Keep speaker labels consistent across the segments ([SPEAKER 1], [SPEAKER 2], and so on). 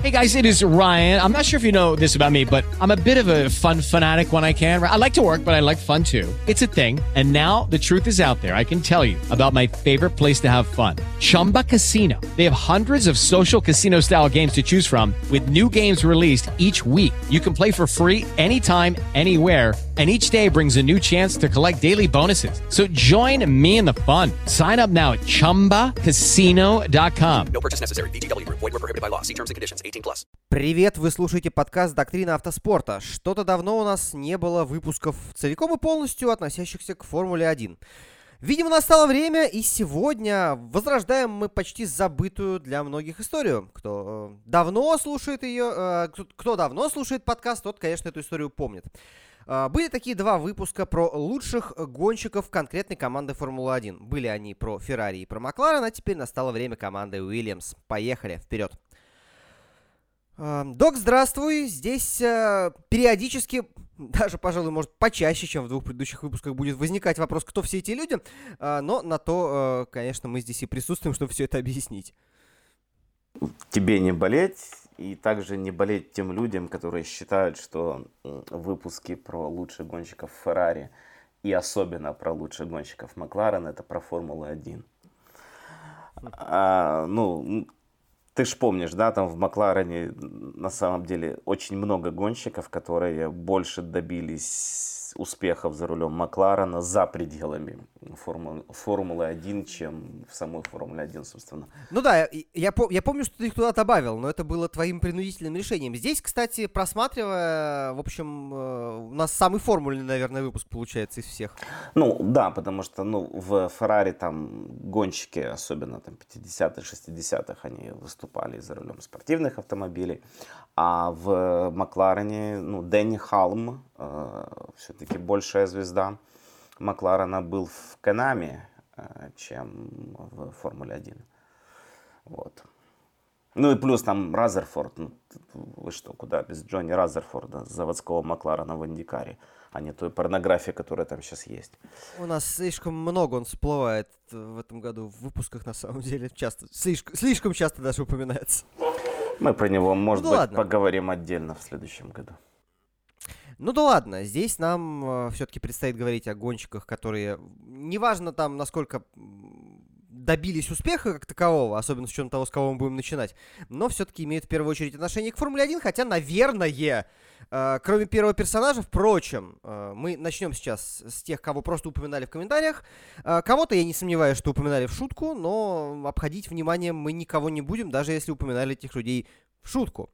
[SPEAKER 1] Hey guys, it is Ryan. I'm not sure if you know this about me, but I'm a bit of a fun fanatic when I can. I like to work, but I like fun too. It's a thing. And now the truth is out there. I can tell you about my favorite place to have fun. Chumba Casino. They have hundreds of social casino style games to choose from with new games released each week. You can play for free anytime, anywhere. And each day brings a new chance to collect daily bonuses. So join me in the fun. Sign up now at ChumbaCasino.com.
[SPEAKER 2] No purchase necessary. VGW Group. Void where prohibited by law. See terms and conditions. 18+.
[SPEAKER 3] Привет, вы слушаете подкаст «Доктрина автоспорта». Что-то давно у нас не было выпусков целиком и полностью относящихся к Формуле 1. Видимо, настало время, и сегодня возрождаем мы почти забытую для многих историю. Кто давно слушает ее, кто давно слушает подкаст, тот, конечно, эту историю помнит. Были такие два выпуска про лучших гонщиков конкретной команды Формулы-1. Были они про Феррари и про Макларен, а теперь настало время команды Уильямс. Поехали, вперед! Док, здравствуй. Здесь периодически, даже, пожалуй, может, почаще, чем в двух предыдущих выпусках, будет возникать вопрос, кто все эти люди. Но на то, конечно, мы здесь и присутствуем, чтобы все это объяснить.
[SPEAKER 4] Тебе не болеть, и также не болеть тем людям, которые считают, что выпуски про лучших гонщиков Феррари и особенно про лучших гонщиков Макларен — это про Формулу-1. Ты ж помнишь, да, там в Макларене на самом деле очень много гонщиков, которые больше добились успехов за рулем Макларена за пределами Формулы-1, чем в самой Формуле-1, собственно.
[SPEAKER 3] Ну да, я помню, что ты их туда добавил, но это было твоим принудительным решением. Здесь, кстати, просматривая, в общем, у нас самый формульный, наверное, выпуск получается из всех.
[SPEAKER 4] Ну да, потому что в Феррари там гонщики, особенно там 50-х, 60-х, они выступали за рулем спортивных автомобилей. А в Макларене, Дэнни Халм, все-таки большая звезда Макларена, был в Канаме, чем в Формуле-1. Вот. Ну и плюс там Разерфорд. Вы что, куда без Джонни Разерфорда, заводского Макларена в Индикаре, а не той порнографии, которая там сейчас есть.
[SPEAKER 3] У нас слишком много он всплывает в этом году в выпусках, на самом деле, часто, слишком часто даже упоминается.
[SPEAKER 4] Мы про него, может быть,
[SPEAKER 3] ладно.
[SPEAKER 4] поговорим отдельно в следующем году.
[SPEAKER 3] Ну да ладно, здесь нам все-таки предстоит говорить о гонщиках, которые, неважно там, насколько добились успеха как такового, особенно с учетом того, с кого мы будем начинать, но все-таки имеют в первую очередь отношение к Формуле-1, хотя, наверное, кроме первого персонажа, впрочем, мы начнем сейчас с тех, кого просто упоминали в комментариях. Кого-то, я не сомневаюсь, что упоминали в шутку, но обходить вниманием мы никого не будем, даже если упоминали этих людей в шутку.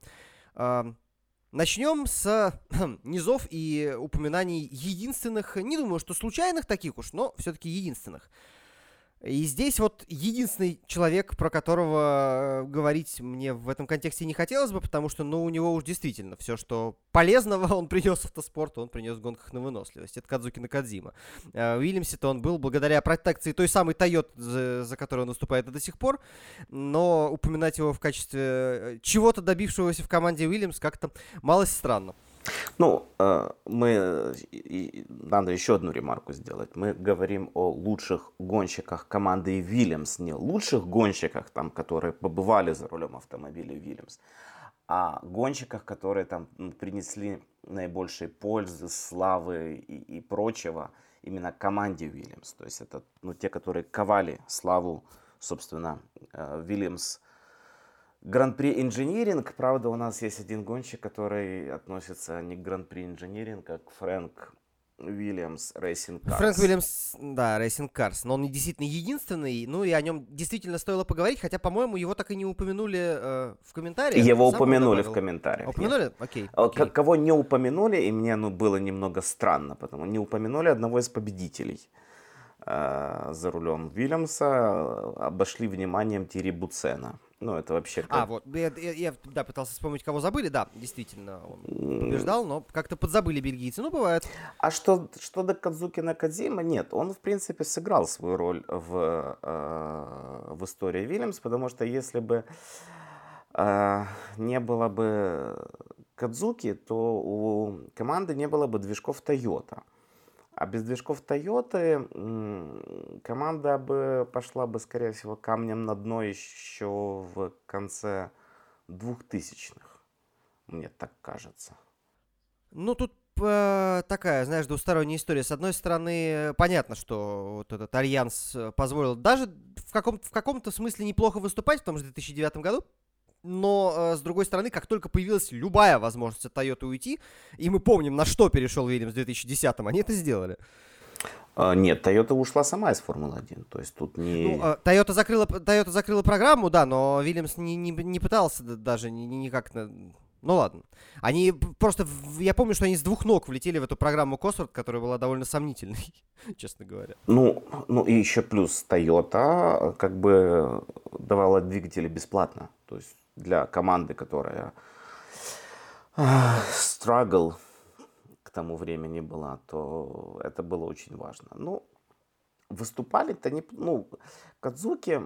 [SPEAKER 3] Начнем с низов и упоминаний единственных, не думаю, что случайных таких уж, но все-таки единственных. И здесь вот единственный человек, про которого говорить мне в этом контексте не хотелось бы, потому что, у него уж действительно все, что полезного он принес в автоспорт, он принес в гонках на выносливость. Это Кадзуки Накадзима. В Уильямсе-то он был благодаря протекции той самой Toyota, за которую он выступает и до сих пор, но упоминать его в качестве чего-то добившегося в команде Уильямс как-то малость странно.
[SPEAKER 4] Надо еще одну ремарку сделать. Мы говорим о лучших гонщиках команды Williams, не лучших гонщиках, там, которые побывали за рулем автомобиля Williams, а гонщиках, которые там принесли наибольшей пользы, славы и прочего именно команде Williams. То есть это те, которые ковали славу, собственно, Williams. Гран-при инжиниринг, правда, у нас есть один гонщик, который относится не к гран-при инжиниринг, а к Фрэнк Уильямс Racing Cars.
[SPEAKER 3] Фрэнк Уильямс, да, Racing Cars, но он не действительно единственный, и о нем действительно стоило поговорить, хотя, по-моему, его так и не упомянули в комментариях.
[SPEAKER 4] Его упомянули в комментариях.
[SPEAKER 3] Упомянули? Окей.
[SPEAKER 4] Кого не упомянули, и мне было немного странно, потому что не упомянули одного из победителей за рулем Уильямса, обошли вниманием Тири Буцена. Это вообще...
[SPEAKER 3] Я пытался вспомнить, кого забыли. Да, действительно, он побеждал, но как-то подзабыли бельгийцы. Бывает.
[SPEAKER 4] А что до Кадзуки Накадзима? Нет, он, в принципе, сыграл свою роль в истории Williams, потому что если бы не было бы Кадзуки, то у команды не было бы движков Toyota. А без движков Toyota команда бы пошла бы, скорее всего, камнем на дно еще в конце 2000-х, мне так кажется.
[SPEAKER 3] Ну, тут такая, знаешь, двусторонняя история. С одной стороны, понятно, что вот этот альянс позволил даже в каком-то смысле неплохо выступать в том же 2009 году. Но, с другой стороны, как только появилась любая возможность от Toyota уйти, и мы помним, на что перешел Уильямс в 2010-м, они это сделали.
[SPEAKER 4] Нет, Toyota ушла сама из Формулы-1, то есть тут не...
[SPEAKER 3] Ну, Toyota закрыла программу, да, но Уильямс не пытался даже никак... Ну ладно. Они просто... Я помню, что они с двух ног влетели в эту программу Cosworth, которая была довольно сомнительной, честно говоря.
[SPEAKER 4] Ну и еще плюс Toyota как бы давала двигатели бесплатно. То есть для команды, которая struggle к тому времени была, то это было очень важно. Ну, выступали-то не... Ну, Кодзуки...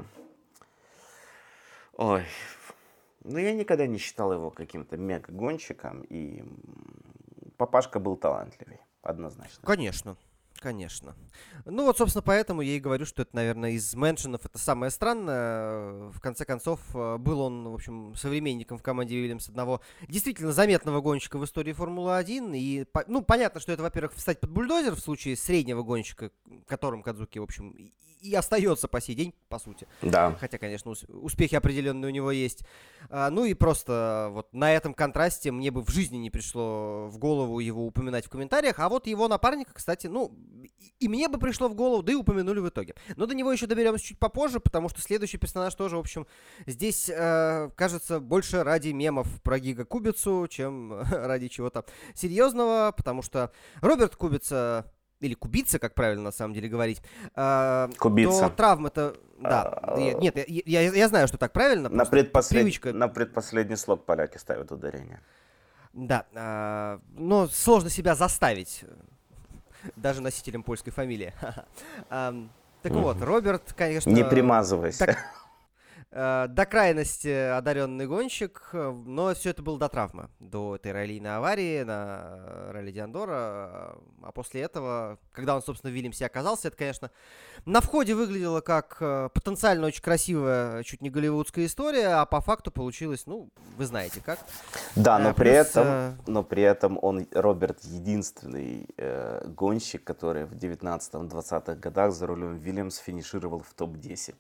[SPEAKER 4] Ой... Ну, я никогда не считал его каким-то мега-гонщиком, и папашка был талантливый, однозначно.
[SPEAKER 3] Конечно. Конечно. Ну вот, собственно, поэтому я и говорю, что это, наверное, из меншенов это самое странное. В конце концов, был он, в общем, современником в команде Уильямс одного действительно заметного гонщика в истории Формулы-1. И, ну, понятно, что это, во-первых, встать под бульдозер в случае среднего гонщика, которым Кодзуки, в общем, и остается по сей день, по сути.
[SPEAKER 4] Да.
[SPEAKER 3] Хотя, конечно, успехи определенные у него есть. Ну и просто вот на этом контрасте мне бы в жизни не пришло в голову его упоминать в комментариях. А вот его напарника, кстати, ну, и мне бы пришло в голову, да и упомянули в итоге. Но до него еще доберемся чуть попозже, потому что следующий персонаж тоже, в общем, здесь, кажется, больше ради мемов про Гига Кубицу, чем ради чего-то серьезного, потому что Роберт Кубица... Или Кубица, как правильно на самом деле говорить.
[SPEAKER 4] Кубица.
[SPEAKER 3] До травмы-то... Да. Нет, я знаю, что так правильно.
[SPEAKER 4] На предпоследний слог поляки ставят ударение.
[SPEAKER 3] Да. Но сложно себя заставить. Даже носителем польской фамилии. Так вот, Роберт, конечно...
[SPEAKER 4] Не примазывайся.
[SPEAKER 3] До крайности одаренный гонщик, но все это было до травмы, до этой раллийной аварии на ралли Диандора. А после этого, когда он, собственно, в Вильямсе оказался, это, конечно, на входе выглядело как потенциально очень красивая, чуть не голливудская история, а по факту получилось, ну, вы знаете как.
[SPEAKER 4] Да, но при этом он, Роберт, единственный гонщик, который в 19-20-х годах за рулем Вильямс финишировал в топ-10.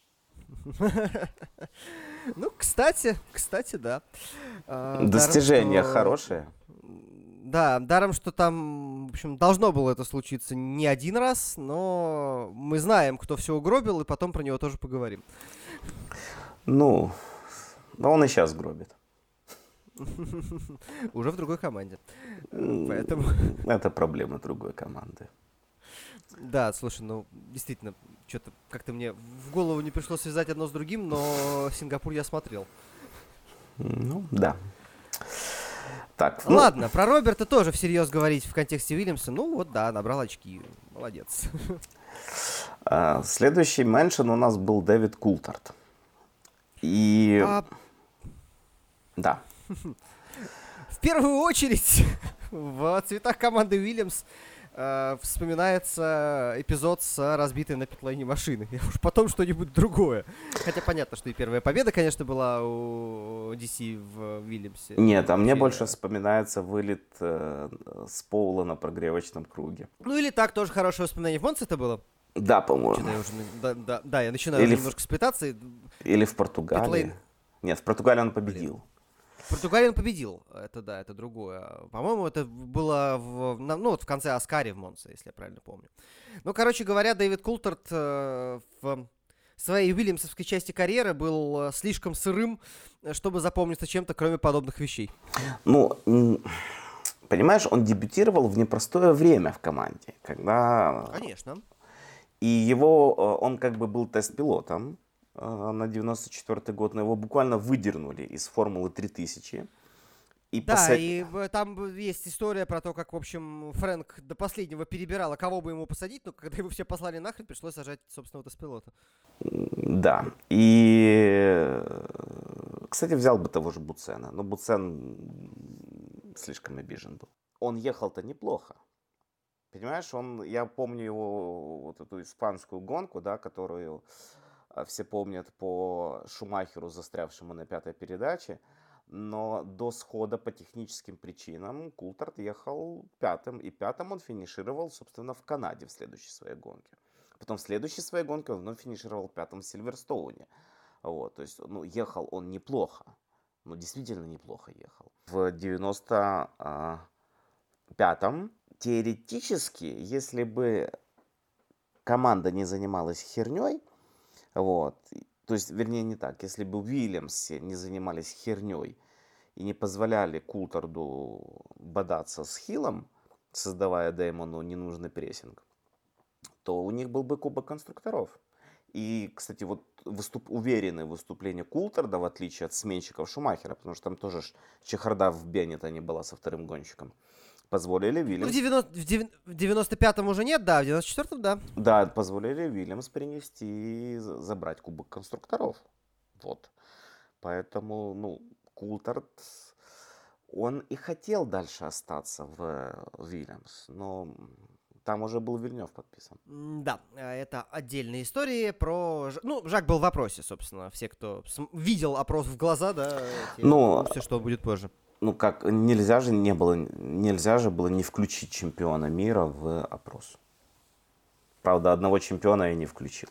[SPEAKER 3] Ну, кстати, да.
[SPEAKER 4] Достижения хорошие.
[SPEAKER 3] Да, даром, что там, в общем, должно было это случиться не один раз, но мы знаем, кто все угробил, и потом про него тоже поговорим.
[SPEAKER 4] Ну, да он и сейчас гробит.
[SPEAKER 3] Уже в другой команде. Поэтому...
[SPEAKER 4] Это проблема другой команды.
[SPEAKER 3] Да, слушай, ну, действительно, что-то как-то мне в голову не пришло связать одно с другим, но Сингапур я смотрел.
[SPEAKER 4] Ну, да. Так,
[SPEAKER 3] ладно, про Роберта тоже всерьез говорить в контексте Уильямса. Ну, вот, да, набрал очки. Молодец.
[SPEAKER 4] Следующий меншен у нас был Дэвид Култарт. И... Да.
[SPEAKER 3] В первую очередь в цветах команды Уильямс вспоминается эпизод с разбитой на питлейне машины. И уж потом что-нибудь другое. Хотя понятно, что и первая победа, конечно, была у DC в Уильямсе.
[SPEAKER 4] Нет, а мне больше вспоминается вылет с Поула на прогревочном круге.
[SPEAKER 3] Ну или так, тоже хорошее воспоминание. В Монце это было?
[SPEAKER 4] Да, по-моему.
[SPEAKER 3] Да, я начинаю немножко сплетаться.
[SPEAKER 4] Или в Португалии. Нет, в Португалии он победил.
[SPEAKER 3] Португалия победил, это да, это другое. По-моему, это было в конце Аскари в Монце, если я правильно помню. Ну, короче говоря, Дэвид Култарт в своей уильямсовской части карьеры был слишком сырым, чтобы запомниться чем-то, кроме подобных вещей.
[SPEAKER 4] Ну, понимаешь, он дебютировал в непростое время в команде, когда...
[SPEAKER 3] Конечно.
[SPEAKER 4] И он как бы был тест-пилотом. На 94-й год, но его буквально выдернули из Формулы 3000.
[SPEAKER 3] И там есть история про то, как, в общем, Фрэнк до последнего перебирал, а кого бы ему посадить, но когда его все послали нахрен, пришлось сажать собственного тест-пилота.
[SPEAKER 4] Да, и, кстати, взял бы того же Буцена, но Буцен слишком обижен был. Он ехал-то неплохо. Понимаешь, я помню его, вот эту испанскую гонку, да, которую... все помнят, по Шумахеру, застрявшему на 5-й передаче. Но до схода по техническим причинам Култард ехал 5-м. И 5-м он финишировал, собственно, в Канаде в следующей своей гонке. Потом в следующей своей гонке он вновь финишировал 5-м в Сильверстоуне. Вот, то есть, ехал он неплохо. Действительно неплохо ехал. В 95-м теоретически, если бы команда не занималась херней, вот, то есть, вернее, не так, если бы Уильямсы не занимались херней и не позволяли Култарду бодаться с Хиллом, создавая Деймону ненужный прессинг, то у них был бы Кубок конструкторов. И, кстати, вот уверенное выступление Култарда, в отличие от сменщиков Шумахера, потому что там тоже чехарда в Беннетоне была со вторым гонщиком, позволили Вильямс...
[SPEAKER 3] В 95-м уже нет, да, в 94-м, да.
[SPEAKER 4] Да, позволили Вильямс принести, забрать Кубок конструкторов. Вот. Поэтому, Култард, он и хотел дальше остаться в Вильямс, но... Там уже был Вильнёв подписан.
[SPEAKER 3] Да, это отдельная история про... Жак был в опросе, собственно. Все, кто видел опрос в глаза, да, все, что будет позже.
[SPEAKER 4] Нельзя же было не включить чемпиона мира в опрос. Правда, одного чемпиона я не включил.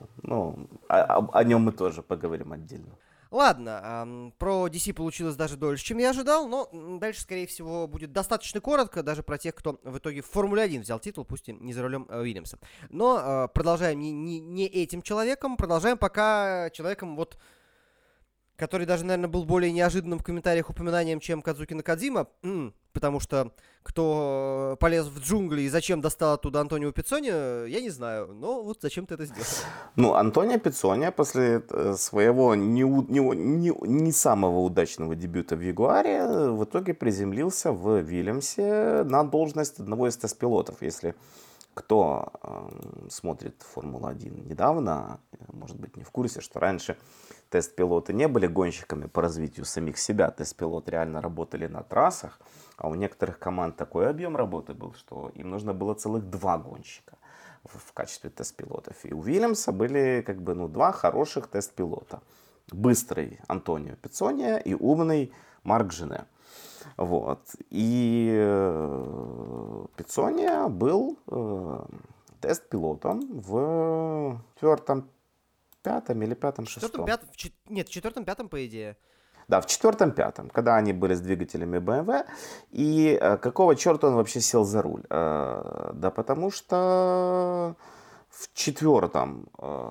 [SPEAKER 4] О нем мы тоже поговорим отдельно.
[SPEAKER 3] Ладно, про DC получилось даже дольше, чем я ожидал, но дальше, скорее всего, будет достаточно коротко, даже про тех, кто в итоге в Формуле-1 взял титул, пусть и не за рулем Уильямса. Но продолжаем не этим человеком, продолжаем пока человеком, который даже, наверное, был более неожиданным в комментариях упоминанием, чем Кадзуки Накадзима, потому что кто полез в джунгли и зачем достал оттуда Антонио Пиццони, я не знаю, но вот зачем ты это сделал.
[SPEAKER 4] Антонио Пиццони после своего не самого удачного дебюта в Ягуаре в итоге приземлился в Вильямсе на должность одного из тест-пилотов. Если кто смотрит Формулу-1 недавно, может быть, не в курсе, что раньше тест-пилоты не были гонщиками по развитию самих себя. Тест-пилоты реально работали на трассах, а у некоторых команд такой объем работы был, что им нужно было целых 2 гонщика в качестве тест-пилотов. И у Вильямса были два хороших тест-пилота. Быстрый Антонио Пиццони и умный Марк Жене. Вот. И Пиццони был тест-пилотом в 4-м, 5-м или 5-м, 6-м.
[SPEAKER 3] Нет, в 4-м, 5-м, по идее.
[SPEAKER 4] Да, в 4-м, 5-м, когда они были с двигателями BMW. И какого черта он вообще сел за руль? Да потому что в 4-м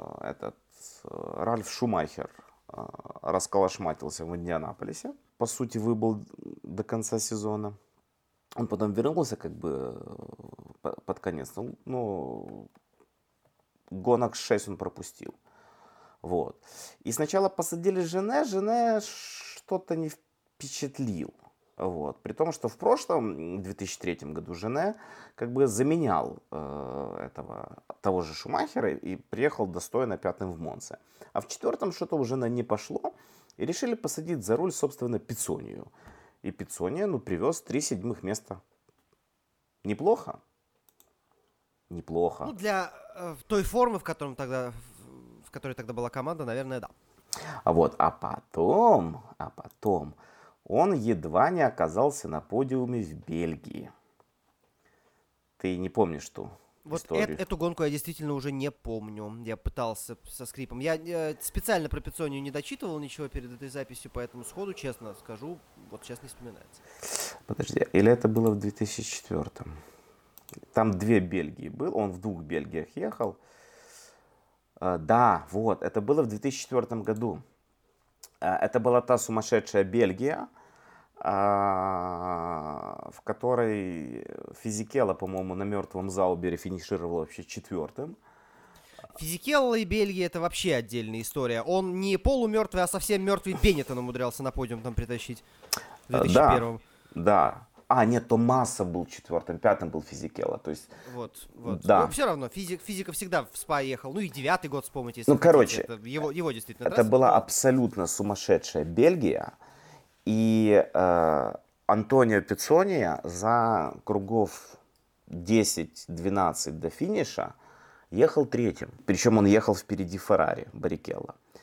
[SPEAKER 4] Ральф Шумахер расколошматился в Индианаполисе. По сути, выбыл до конца сезона. Он потом вернулся под конец. Гонок 6 он пропустил. Вот. И сначала посадили Жене что-то не впечатлил. Вот. При том, что в прошлом, 2003 году, Жене заменял того же Шумахера и приехал достойно 5-м в Монце. А в 4-м что-то уже не пошло. И решили посадить за руль, собственно, Пиццонию. И Пиццони, привез 3 седьмых места. Неплохо? Неплохо.
[SPEAKER 3] Для той формы, в которой тогда была команда, наверное, да.
[SPEAKER 4] А потом он едва не оказался на подиуме в Бельгии. Ты не помнишь ту историю?
[SPEAKER 3] Эту гонку я действительно уже не помню. Я пытался со скрипом. Я специально про Пиццонию не дочитывал ничего перед этой записью, поэтому сходу, честно скажу, сейчас не вспоминается.
[SPEAKER 4] Подожди, или это было в 2004-м? Там 2 Бельгии был, он в 2 Бельгиях ехал. Да, это было в 2004 году. Это была та сумасшедшая Бельгия, в которой Физикелло, по-моему, на мертвом Заубере финишировал вообще 4-м.
[SPEAKER 3] Физикелло и Бельгия — это вообще отдельная история. Он не полумертвый, а совсем мертвый Беннетон умудрялся на подиум там притащить в 2001-м.
[SPEAKER 4] Да. Нет, то Масса был 4-м, 5-м был Физикелло. То есть,
[SPEAKER 3] да. Но все равно, физика всегда в СПА ехал. И 9-й год вспомните, если
[SPEAKER 4] короче,
[SPEAKER 3] это его действительно.
[SPEAKER 4] Это была абсолютно сумасшедшая Бельгия. И Антонио Пиццони за кругов 10-12 до финиша ехал 3-м. Причем он ехал впереди Феррари Баррикелло.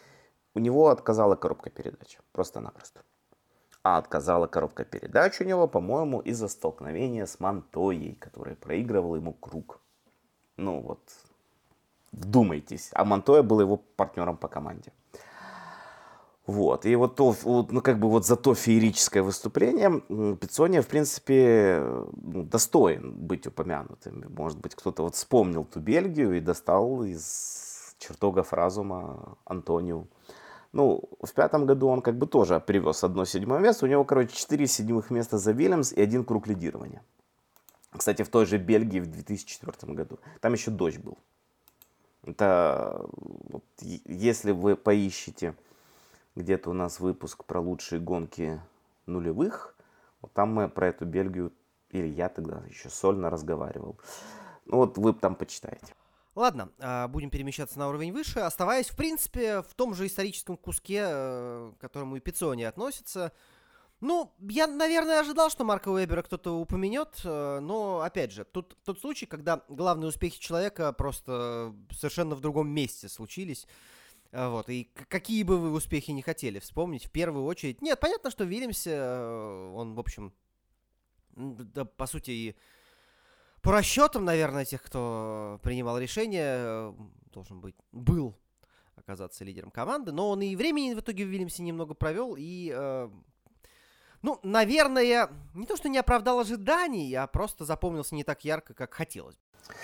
[SPEAKER 4] у него отказала коробка передач, просто-напросто. А отказала коробка передач у него, по-моему, из-за столкновения с Монтойей, который проигрывал ему круг. Ну вот, вдумайтесь. А Монтоя был его партнером по команде. Вот. И вот, ну, как бы вот за то феерическое выступление Пиццония, в принципе, ну, достоин быть упомянутым. Может быть, кто-то вот вспомнил ту Бельгию и достал из чертогов разума Антониу. Ну, в 5-м году он как бы тоже привез 1 7 место. У него, короче, 4 7 места за Вильямс и 1 круг лидирования. Кстати, в той же Бельгии в 2004 году. Там еще дождь был. Это, вот, если вы поищете где-то у нас выпуск про лучшие гонки нулевых, вот там мы про эту Бельгию, или я тогда еще сольно разговаривал. Ну вот вы там почитаете.
[SPEAKER 3] Ладно, будем перемещаться на уровень выше, оставаясь, в принципе, в том же историческом куске, к которому и Пиццони относится. Ну, я, наверное, ожидал, что Марка Вебера кто-то упомянет, но, опять же, тут тот случай, когда главные успехи человека просто совершенно в другом месте случились. Вот, и какие бы вы успехи не хотели вспомнить, в первую очередь... Нет, понятно, что в Вильямсе он, в общем, да, по сути, и по расчетам, наверное, тех, кто принимал решение, был оказаться лидером команды, но он и времени в итоге в Вильямсе немного провел, и, ну, наверное, не то, что не оправдал ожиданий, а просто запомнился не так ярко, как хотелось.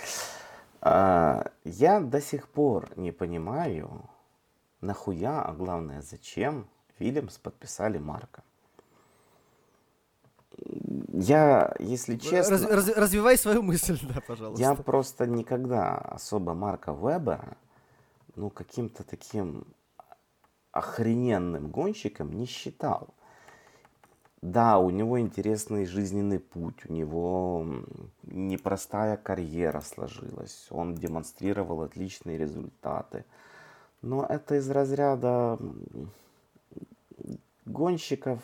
[SPEAKER 4] Я до сих пор не понимаю, нахуя, а главное, зачем Вильямс подписали Марка. Я, если честно...
[SPEAKER 3] Развивай свою мысль, да, пожалуйста.
[SPEAKER 4] Я просто никогда особо Марка Вебера, ну, каким-то таким охрененным гонщиком не считал. Да, у него интересный жизненный путь, у него непростая карьера сложилась, он демонстрировал отличные результаты. Но это из разряда гонщиков,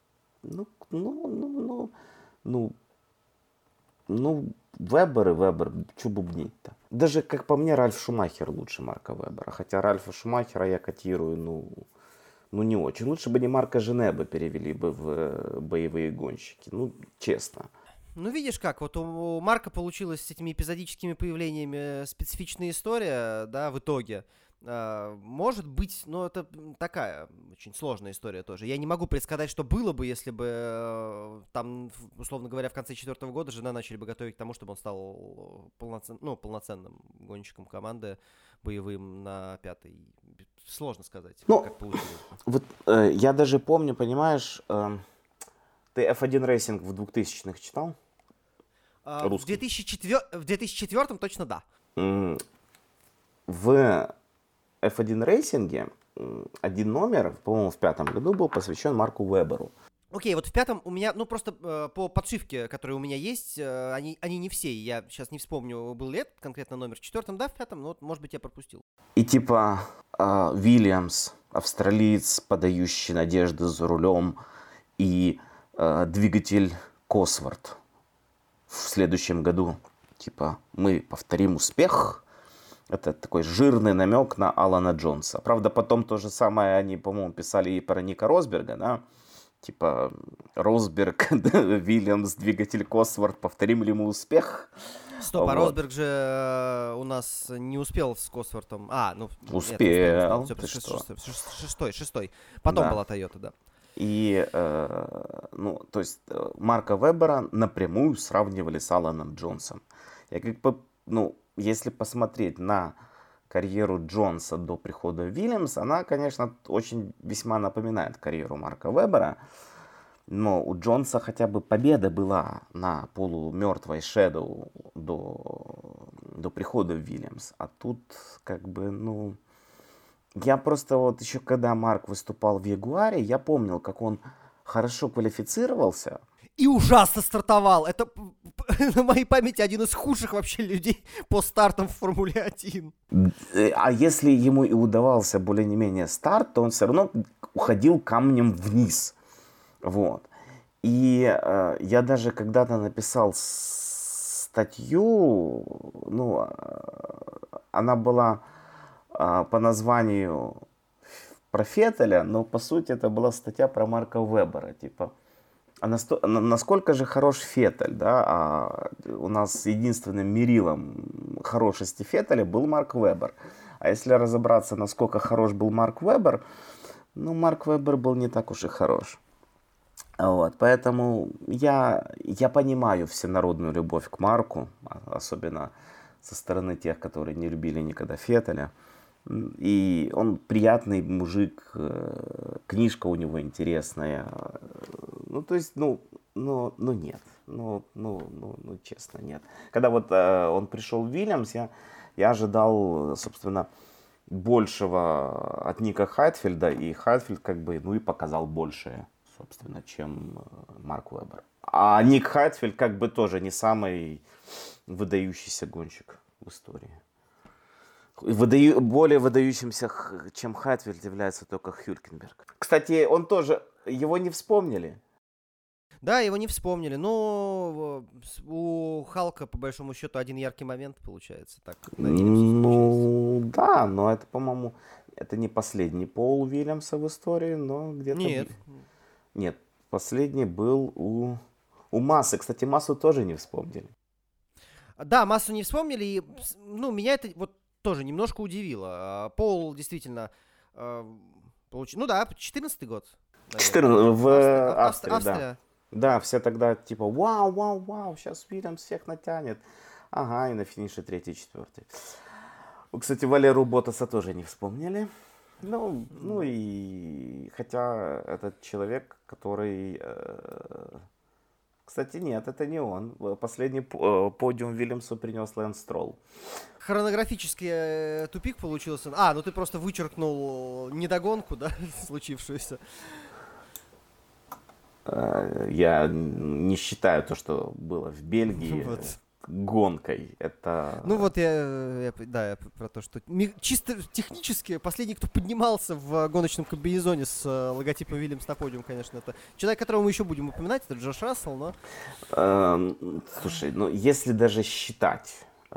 [SPEAKER 4] Вебер, что бубнить-то? Даже, как по мне, Ральф Шумахер лучше Марка Вебера. Хотя Ральфа Шумахера я котирую, ну не очень. Лучше бы не Марка Женеба перевели бы в боевые гонщики. Ну, честно.
[SPEAKER 3] Ну, видишь как, вот у Марка получилась с этими эпизодическими появлениями специфичная история, да, в итоге. Может быть, но это такая очень сложная история тоже. Я не могу предсказать, что было бы, если бы там, условно говоря, в конце 4-го года жена начали бы готовить к тому, чтобы он стал полноценным гонщиком команды, боевым на 5-й. Сложно сказать, как получилось.
[SPEAKER 4] Вот я даже помню, понимаешь, ты F1 Racing в 2000-х читал?
[SPEAKER 3] В 2004-м точно да.
[SPEAKER 4] В F1 Racing один номер, по-моему, в 5-м году был посвящен Марку Веберу.
[SPEAKER 3] Окей, вот в 5-м у меня, ну просто по подшивке, которые у меня есть, они не все, я сейчас не вспомню, был ли это конкретно номер. В 4-м, да, в 5-м, но вот, может быть, я пропустил.
[SPEAKER 4] И типа Вильямс, австралиец, подающий надежды за рулем, и двигатель Косворт в следующем году. Типа, мы повторим успех. Это такой жирный намек на Алана Джонса. Правда, потом то же самое они, по-моему, писали и про Ника Росберга, да? Типа, Росберг, Вильямс, двигатель Косворт, повторим ли мы успех?
[SPEAKER 3] Стоп, а Росберг же у нас не успел с Косвортом.
[SPEAKER 4] Успел.
[SPEAKER 3] Шестой. Потом была Тойота, да.
[SPEAKER 4] И, то есть, Марка Вебера напрямую сравнивали с Аланом Джонсом. Я как бы, если посмотреть на карьеру Джонса до прихода в Вильямс, она, конечно, очень весьма напоминает карьеру Марка Вебера. Но у Джонса хотя бы победа была на полумертвой Shadow до прихода в Вильямс. А тут, как бы, я просто вот еще когда Марк выступал в Ягуаре, я помнил, как он хорошо квалифицировался.
[SPEAKER 3] И ужасно стартовал. Это, на моей памяти, один из худших вообще людей по стартам в Формуле 1.
[SPEAKER 4] А если ему и удавался более-менее старт, то он все равно уходил камнем вниз. Вот. И я даже когда-то написал статью, она была по названию про Феттеля, но по сути это была статья про Марка Вебера, типа, насколько же хорош Феттель, да, а у нас единственным мерилом хорошести Феттеля был Марк Вебер. А если разобраться, насколько хорош был Марк Вебер, ну, Марк Вебер был не так уж и хорош. Вот, поэтому я понимаю всенародную любовь к Марку, особенно со стороны тех, которые не любили никогда Феттеля. И он приятный мужик, книжка у него интересная. Ну, то есть, нет. Честно, нет. Когда вот он пришел в Вильямс, я ожидал, собственно, большего от Ника Хайтфельда, и Хайтфельд как бы, ну и показал большее, собственно, чем Марк Вебер. А Ник Хайтфельд как бы тоже не самый выдающийся гонщик в истории. Более выдающимся, чем Хайтфельд, является только Хюлькенберг. Кстати, он тоже, его не вспомнили.
[SPEAKER 3] Да, его не вспомнили, но у Халка, по большому счету, один яркий момент получается. Так,
[SPEAKER 4] ну, да, но это, по-моему, это не последний Пол Уильямса в истории, но где-то... Нет, последний был у Массы. Кстати, Массу тоже не вспомнили.
[SPEAKER 3] Да, Массу не вспомнили, и, ну, меня это вот тоже немножко удивило. Пол действительно получил... Ну да, 14-й год.
[SPEAKER 4] 14 в Австрии,
[SPEAKER 3] Австрия.
[SPEAKER 4] да. Да, все тогда типа вау, сейчас Уильямс всех натянет. Ага, и на финише 3-й, 4-й. Кстати, Валеру Ботаса тоже не вспомнили. Ну и хотя этот человек, который... Кстати, нет, это не он. Последний подиум Вильямсу принес Лэнс Стролл.
[SPEAKER 3] Хронографический тупик получился. А, ну ты просто вычеркнул недогонку, да, случившуюся.
[SPEAKER 4] Я не считаю то, что было в Бельгии гонкой. Это...
[SPEAKER 3] Ну вот я про то, что чисто технически последний, кто поднимался в гоночном комбинезоне с логотипом Вильямс на подиум, конечно, это человек, которого мы еще будем упоминать, это Джош Рассел, но...
[SPEAKER 4] Слушай, ну если даже считать,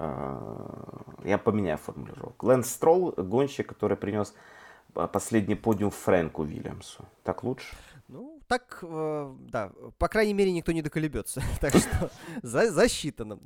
[SPEAKER 4] я поменяю формулировку. Лэнс Стролл — гонщик, который принес последний подиум Фрэнку Вильямсу. Так лучше?
[SPEAKER 3] Ну, так, да, по крайней мере, никто не доколебется. Так что засчитано.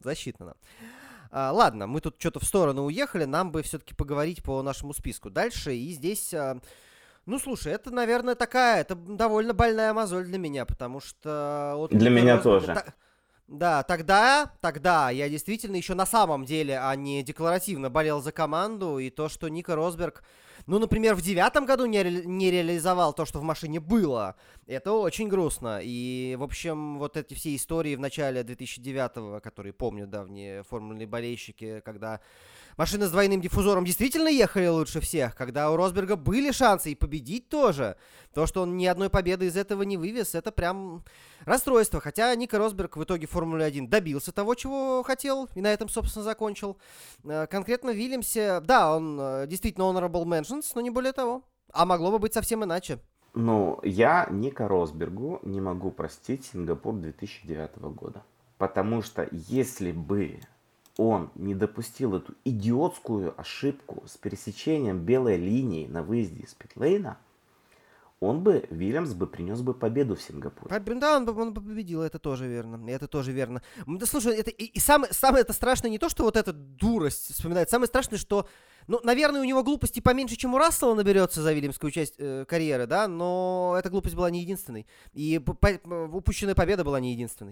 [SPEAKER 3] Ладно, мы тут что-то в сторону уехали, нам бы все-таки поговорить по нашему списку дальше. И здесь, ну, слушай, это, наверное, это довольно больная мозоль для меня, потому что... Вот,
[SPEAKER 4] для меня тоже.
[SPEAKER 3] Да, тогда я действительно еще на самом деле, а не декларативно болел за команду, и то, что Ника Росберг... Ну, например, в 2009 году не реализовал то, что в машине было. Это очень грустно. И, в общем, вот эти все истории в начале 2009-го, которые помнят давние формульные болельщики, когда машины с двойным диффузором действительно ехали лучше всех, когда у Росберга были шансы и победить тоже. То, что он ни одной победы из этого не вывез, это прям расстройство. Хотя Ника Росберг в итоге в Формуле-1 добился того, чего хотел, и на этом, собственно, закончил. Конкретно в Вильямсе, да, он действительно honorable mentions, но не более того. А могло бы быть совсем иначе.
[SPEAKER 4] Ну, я Ника Росбергу не могу простить Сингапур 2009 года. Потому что если бы он не допустил эту идиотскую ошибку с пересечением белой линии на выезде из питлейна, Вильямс принес бы победу в Сингапуре.
[SPEAKER 3] Да, он бы победил, это тоже верно. Да, слушай, это самое это страшное не то, что вот эта дурость вспоминает, самое страшное, что, ну, наверное, у него глупости поменьше, чем у Рассела наберется за вильямскую часть карьеры, да, но эта глупость была не единственной, и упущенная победа была не единственной.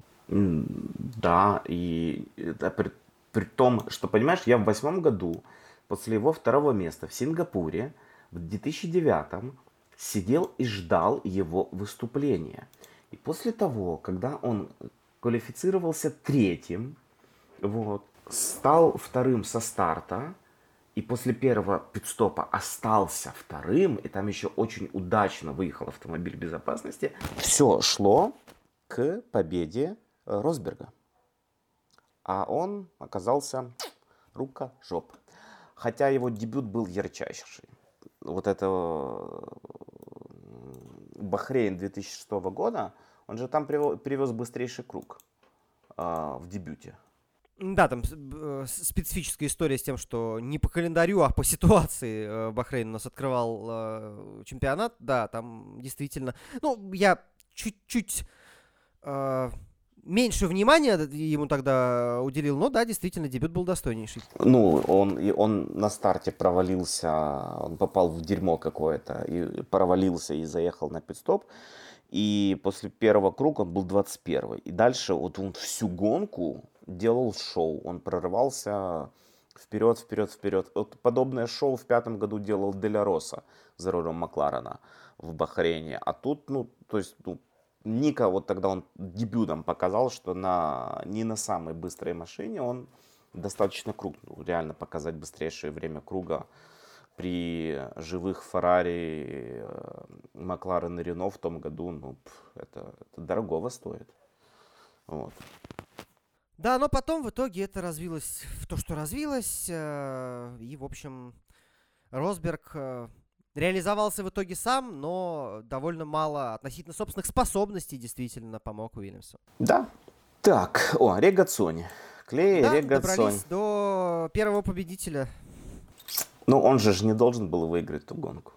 [SPEAKER 4] Да, и это при том, что, понимаешь, я в 2008 году, после его второго места в Сингапуре, в 2009 сидел и ждал его выступления. И после того, когда он квалифицировался третьим, стал вторым со старта, и после первого пит-стопа остался вторым, и там еще очень удачно выехал автомобиль безопасности, все шло к победе Росберга. А он оказался рука-жоп. Хотя его дебют был ярчайший. Вот это Бахрейн 2006 года, он же там привез быстрейший круг в дебюте.
[SPEAKER 3] Да, там специфическая история с тем, что не по календарю, а по ситуации Бахрейн у нас открывал чемпионат. Да, там действительно... Ну, я чуть-чуть меньше внимания ему тогда уделил, но да, действительно, дебют был достойнейший.
[SPEAKER 4] Ну, он на старте провалился, он попал в дерьмо какое-то, и провалился и заехал на пит-стоп. И после первого круга он был 21-й. И дальше вот он всю гонку делал шоу. Он прорывался вперед, вперед, вперед. Вот подобное шоу в 2005 году делал Де Ля Роса за рулем Макларена в Бахрейне. А тут, ну, то есть, ну, Ника вот тогда он дебютом показал, что не на самой быстрой машине он достаточно крут. Ну, реально показать быстрейшее время круга при живых Феррари, Макларен и Рено в том году, ну, это дорогого стоит. Вот.
[SPEAKER 3] Да, но потом в итоге это развилось в то, что развилось. И, в общем, Росберг реализовался в итоге сам, но довольно мало относительно собственных способностей действительно помог Уильямсу.
[SPEAKER 4] Да. Так, Регацони. Клей,
[SPEAKER 3] да,
[SPEAKER 4] Регацони.
[SPEAKER 3] Добрались до первого победителя.
[SPEAKER 4] Ну, он же не должен был выиграть ту гонку.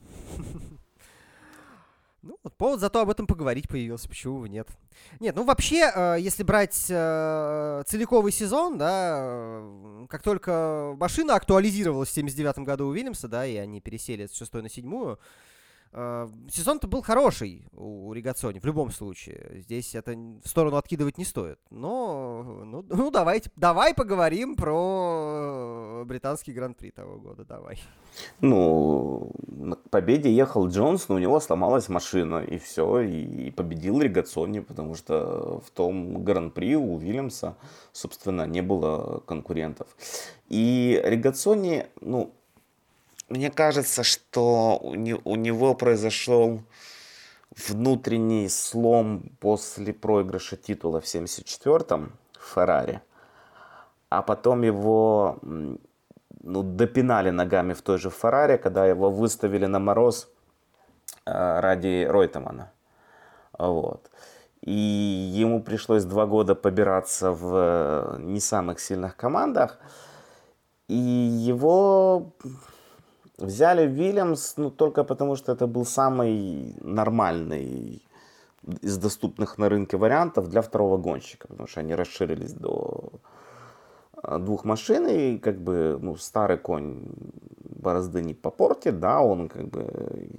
[SPEAKER 3] Ну, вот повод зато об этом поговорить появился, почему бы нет. Нет, ну вообще, если брать целиковый сезон, да, как только машина актуализировалась в 79 году у Уильямса, да, и они пересели с 6 на 7, сезон-то был хороший у Регацони в любом случае. Здесь это в сторону откидывать не стоит. Но, ну давай поговорим про британский гран-при того года, давай.
[SPEAKER 4] Ну, к победе ехал Джонс, но у него сломалась машина, и все, и победил Регацони, потому что в том гран-при у Уильямса, собственно, не было конкурентов. И Регацони, ну, мне кажется, что у него произошел внутренний слом после проигрыша титула в 74-м в Феррари, а потом его допинали ногами в той же Феррари, когда его выставили на мороз ради Ройтемана. Вот. И ему пришлось 2 года побираться в не самых сильных командах, и его взяли в Вильямс, только потому, что это был самый нормальный из доступных на рынке вариантов для второго гонщика, потому что они расширились до 2 машин, и как бы, старый конь борозды не попортит, да, он как бы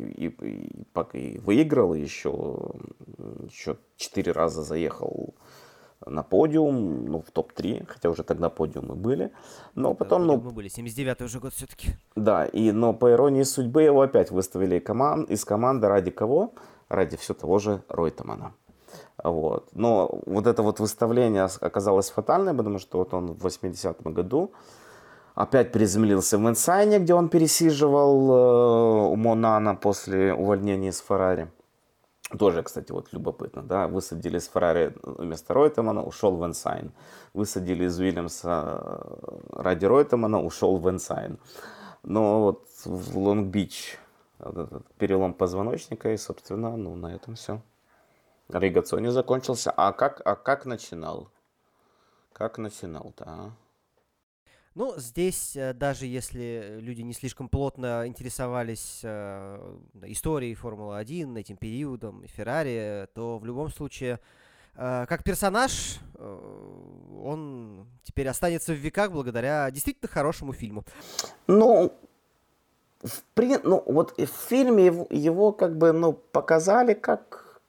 [SPEAKER 4] и выиграл, и еще 4 раза заехал на подиум, в топ-3, хотя уже тогда подиумы были, но потом,
[SPEAKER 3] мы были, 79-й уже год все-таки.
[SPEAKER 4] Да, но по иронии судьбы его опять выставили из команды ради кого? Ради все того же Ройтемана. Вот. Но вот это вот выставление оказалось фатальным, потому что вот он в 80-м году опять приземлился в Венсайне, где он пересиживал у Монана после увольнения из Феррари. Тоже, кстати, вот любопытно, да, высадили из Феррари вместо Ройтемана, ушел в Венсайн. Высадили из Уильямса ради Ройтемана, ушел в Венсайн. Но вот в Лонг-Бич перелом позвоночника, и, собственно, на этом все. Регацони закончился. А как начинал? Как начинал-то, а?
[SPEAKER 3] Ну, здесь, даже если люди не слишком плотно интересовались историей Формулы-1, этим периодом, и Феррари, то в любом случае, как персонаж, он теперь останется в веках благодаря действительно хорошему фильму.
[SPEAKER 4] Вот в фильме его как бы, показали как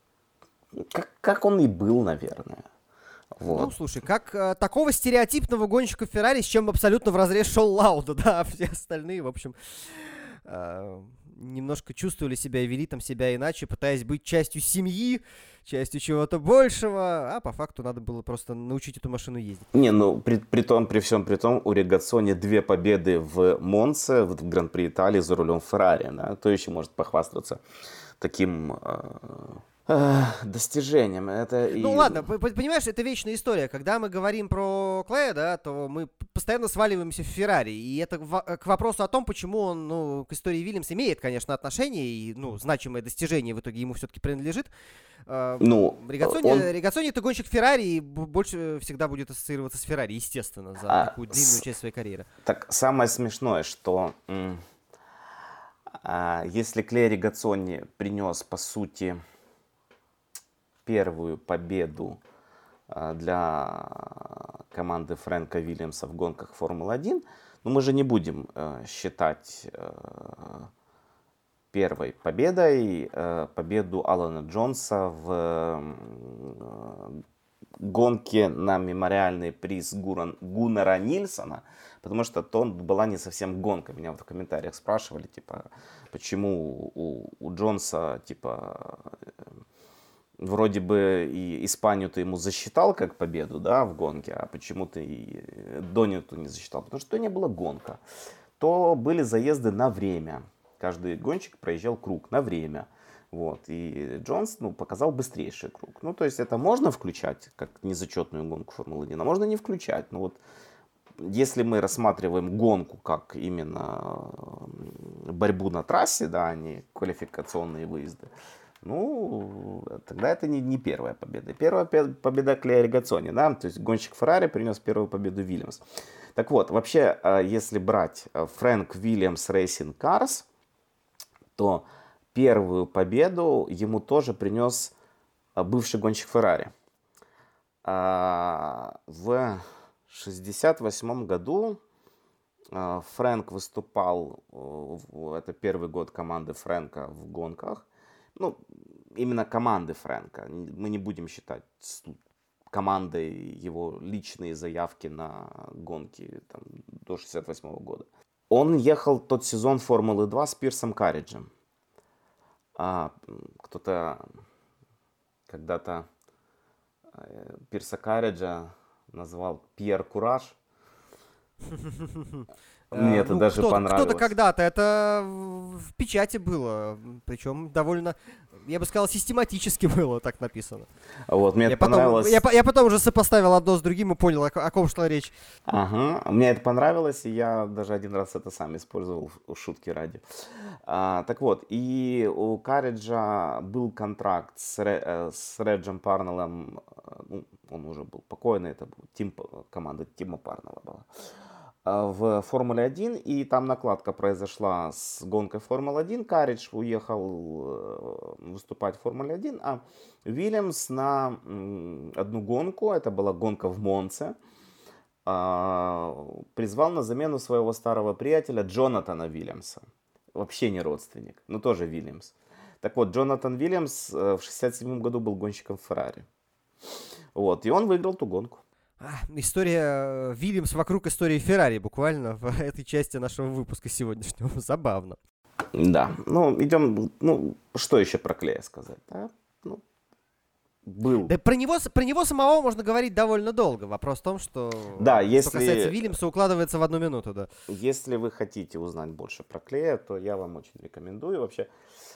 [SPEAKER 4] он и был, наверное. Вот.
[SPEAKER 3] Ну, слушай, как такого стереотипного гонщика Феррари, с чем абсолютно вразрез шел Лауда, да, а все остальные, в общем, немножко чувствовали себя и вели там себя иначе, пытаясь быть частью семьи, частью чего-то большего, а по факту надо было просто научить эту машину ездить.
[SPEAKER 4] При всем при том, у Регацони 2 победы в Монце, в Гран-при Италии за рулем Феррари, да, кто еще может похвастаться таким достижением.
[SPEAKER 3] Ладно, понимаешь, это вечная история. Когда мы говорим про Клея, да, то мы постоянно сваливаемся в Феррари. И это к вопросу о том, почему он, к истории Вильямса имеет, конечно, отношение, и, значимое достижение в итоге ему все-таки принадлежит. Ригацони это гонщик Феррари, и больше всегда будет ассоциироваться с Феррари, естественно, за такую длинную часть своей карьеры.
[SPEAKER 4] Так, самое смешное, что если Клей Ригацони принес, по сути, первую победу для команды Фрэнка Вильямса в гонках Формулы-1, но мы же не будем считать первой победой победу Алана Джонса в гонке на мемориальный приз Гуннара Нильсона, потому что то была не совсем гонка. Меня вот в комментариях спрашивали, типа, почему у Джонса, типа, вроде бы и Испанию ты ему засчитал как победу, да, в гонке, а почему ты и Дониту не засчитал? Потому что то не была гонка. То были заезды на время. Каждый гонщик проезжал круг на время. Вот. И Джонс показал быстрейший круг. То есть это можно включать как незачетную гонку Формулы-1, а можно не включать. Вот если мы рассматриваем гонку как именно борьбу на трассе, да, а не квалификационные выезды, тогда это не первая победа. Первая победа Клея Ригацони, да, то есть гонщик Феррари принес первую победу Вильямс. Так вот, вообще, если брать Фрэнк Вильямс Racing Cars, то первую победу ему тоже принес бывший гонщик Феррари. В 1968 году Фрэнк выступал, это первый год команды Фрэнка в гонках, именно команды Фрэнка. Мы не будем считать командой его личные заявки на гонки там, до 1968 года. Он ехал тот сезон Формулы-2 с Пирсом Карриджем. Кто-то когда-то Пирса Карриджа назвал Пьер Кураж. Мне это даже понравилось.
[SPEAKER 3] Кто-то когда-то, это в печати было, причем довольно, я бы сказал, систематически было так написано.
[SPEAKER 4] Вот, мне это понравилось.
[SPEAKER 3] Я потом уже сопоставил одно с другим и понял, о ком шла речь.
[SPEAKER 4] Ага, мне это понравилось, и я даже один раз это сам использовал в шутке ради. Так вот, и у Карриджа был контракт с Реджем Парнеллом, он уже был покойный, это был команда Тима Парнелла была. В Формуле-1, и там накладка произошла с гонкой Формулы-1. Карридж уехал выступать в Формуле-1, а Вильямс на одну гонку, это была гонка в Монце, призвал на замену своего старого приятеля Джонатана Вильямса. Вообще не родственник, но тоже Вильямс. Так вот, Джонатан Вильямс в 1967 году был гонщиком Феррари. Вот, и он выиграл ту гонку.
[SPEAKER 3] История Вильямс вокруг истории Феррари буквально в этой части нашего выпуска сегодняшнего. Забавно.
[SPEAKER 4] Да, идем, что еще про Клея сказать, да? Был.
[SPEAKER 3] Да про него самого можно говорить довольно долго. Вопрос в том, что,
[SPEAKER 4] да,
[SPEAKER 3] что касается Вильямса, укладывается в 1 минуту, да.
[SPEAKER 4] Если вы хотите узнать больше про Клея, то я вам очень рекомендую. Вообще,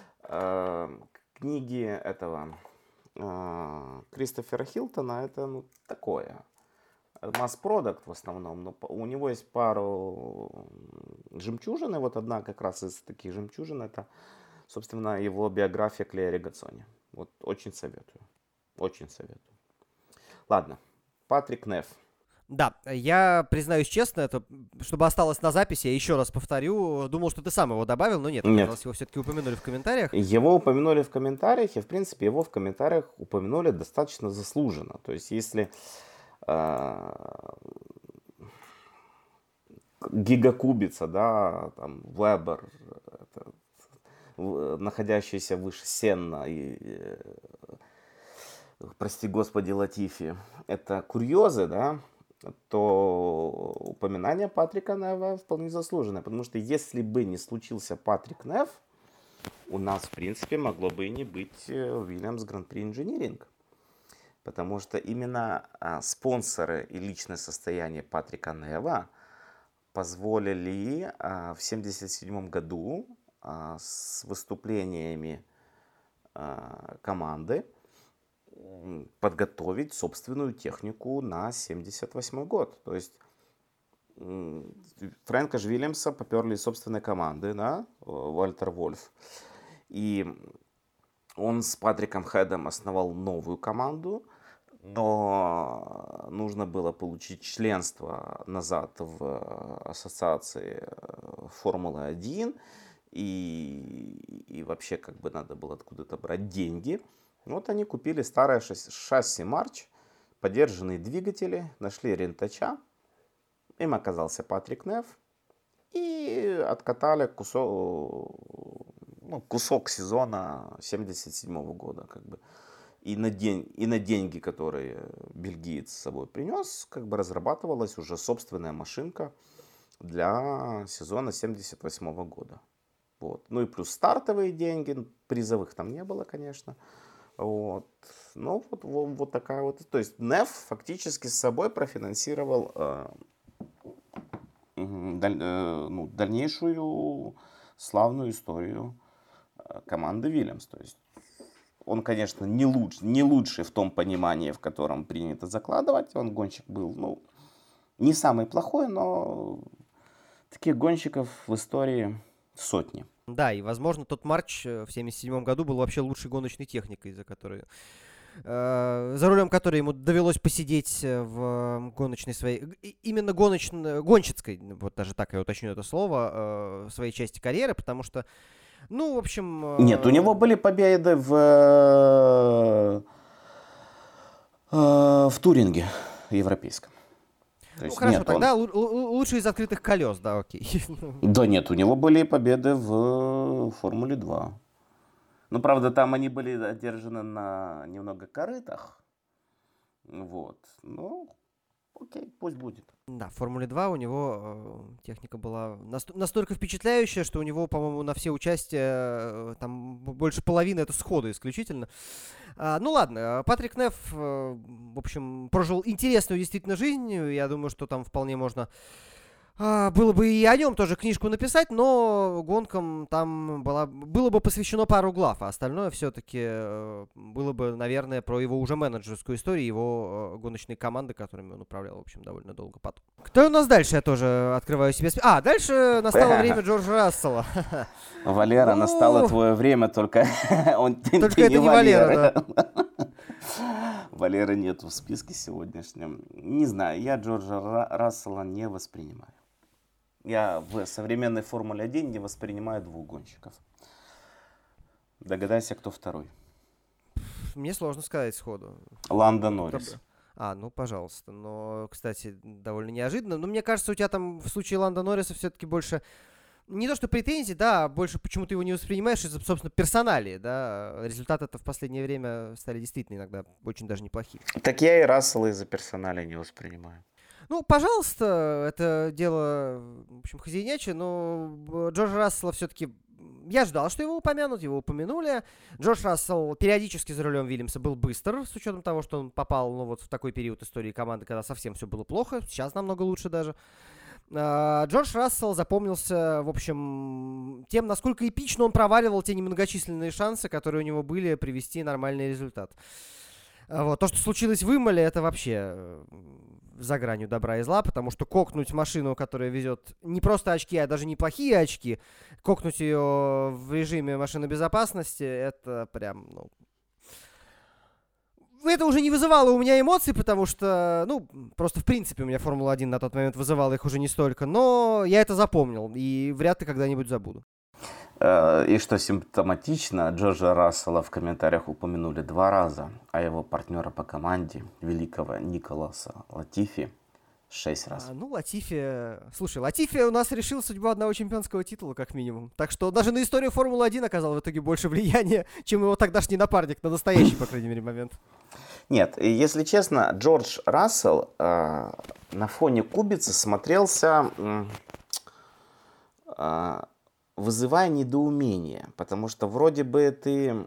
[SPEAKER 4] книги этого Кристофера Хилтона, это, такое... масс-продукт в основном, но у него есть пару жемчужин, и вот одна как раз из таких жемчужин, это, собственно, его биография Клея Ригацони. Вот очень советую, очень советую. Ладно, Патрик Нефф.
[SPEAKER 3] Да, я признаюсь честно, это, чтобы осталось на записи, я еще раз повторю, думал, что ты сам его добавил, но нет, оказалось, его все-таки упомянули в комментариях.
[SPEAKER 4] Его упомянули в комментариях, и, в принципе, его в комментариях упомянули достаточно заслуженно. То есть, если гигакубица, да, там, Вебер, находящийся выше Сенна и, прости господи, Латифи, это курьезы, да, то упоминание Патрика Неффа вполне заслуженное, потому что если бы не случился Патрик Нефф, у нас, в принципе, могло бы и не быть Williams Grand Prix Engineering. Потому что именно спонсоры и личное состояние Патрика Неффа позволили в 1977 году с выступлениями команды подготовить собственную технику на 1978 год. То есть Фрэнка ж Вильямса поперли из собственной команды, да, Вальтер Вольф. И он с Патриком Хедом основал новую команду, но нужно было получить членство назад в ассоциации Формулы-1, и вообще как бы надо было откуда-то брать деньги. Вот они купили старое шасси Марч, подержанные двигатели, нашли рентача, им оказался Патрик Нефф, и откатали кусок сезона 1977 года. Как бы. И на деньги, которые бельгиец с собой принес, как бы разрабатывалась уже собственная машинка для сезона 1978 года. Вот. Ну и плюс стартовые деньги, призовых там не было, конечно. Вот. Ну вот такая вот. То есть Нефф фактически с собой профинансировал дальнейшую славную историю команды Вильямс. То есть он, конечно, не лучший в том понимании, в котором принято закладывать. Он гонщик был, не самый плохой, но таких гонщиков в истории сотни.
[SPEAKER 3] Да, и, возможно, тот Марч в 1977 году был вообще лучшей гоночной техникой, за рулем которой ему довелось посидеть в гоночной своей, именно гонщицкой, вот даже так я уточню это слово, в своей части карьеры, потому что, в общем...
[SPEAKER 4] Нет, у него были победы в туринге европейском.
[SPEAKER 3] Хорошо, тогда лучший из открытых колес, да, окей.
[SPEAKER 4] Да нет, у него были победы в Формуле 2. Правда, там они были одержаны на немного корытах. Вот. Окей, пусть будет.
[SPEAKER 3] Да, в Формуле 2 у него техника была настолько впечатляющая, что у него, по-моему, на все участия там больше половины это сходу исключительно. Ладно, Патрик Нефф, в общем, прожил интересную действительно жизнь. Я думаю, что там вполне можно... Было бы и о нем тоже книжку написать, но гонкам там было бы посвящено пару глав, а остальное все-таки было бы, наверное, про его уже менеджерскую историю, его гоночные команды, которыми он управлял, в общем, довольно долго потом. Кто у нас дальше? Я тоже открываю себе... Дальше настало время Джорджа Рассела.
[SPEAKER 4] Валера, настало твое время, только
[SPEAKER 3] только это не Валера, да.
[SPEAKER 4] Валеры нету в списке сегодняшнем. Не знаю, я Джорджа Рассела не воспринимаю. Я в современной Формуле 1 не воспринимаю двух гонщиков. Догадайся, кто второй.
[SPEAKER 3] Мне сложно сказать сходу.
[SPEAKER 4] Ландо Норрис.
[SPEAKER 3] Пожалуйста. Но, кстати, довольно неожиданно. Но мне кажется, у тебя там в случае Ландо Норриса все-таки больше... Не то, что претензий, да, а больше почему ты его не воспринимаешь из-за, собственно, персоналии, да. Результаты-то в последнее время стали действительно иногда очень даже неплохими.
[SPEAKER 4] Так я и Рассела из-за персоналии не воспринимаю.
[SPEAKER 3] Пожалуйста, это дело, в общем, хозяйнячье, но Джорджа Рассела все-таки... Я ждал, что его упомянут, его упомянули. Джордж Рассел периодически за рулем Вильямса был быстр, с учетом того, что он попал в такой период истории команды, когда совсем все было плохо. Сейчас намного лучше даже. Джордж Рассел запомнился, в общем, тем, насколько эпично он проваливал те немногочисленные шансы, которые у него были привести нормальный результат. То, что случилось в Имоле, это вообще за гранью добра и зла, потому что кокнуть машину, которая везет не просто очки, а даже неплохие очки, кокнуть ее в режиме машины безопасности, это прям, это уже не вызывало у меня эмоций, потому что, просто в принципе у меня Формула-1 на тот момент вызывала их уже не столько, но я это запомнил и вряд ли когда-нибудь забуду.
[SPEAKER 4] И что симптоматично, Джорджа Рассела в комментариях упомянули 2 раза, а его партнера по команде, великого Николаса Латифи, 6 раз.
[SPEAKER 3] Латифи... Слушай, Латифи у нас решил судьбу одного чемпионского титула, как минимум. Так что даже на историю Формулы-1 оказал в итоге больше влияния, чем его тогдашний напарник, на настоящий, по крайней мере, момент.
[SPEAKER 4] Нет, если честно, Джордж Рассел на фоне Кубицы смотрелся... вызывая недоумение, потому что вроде бы ты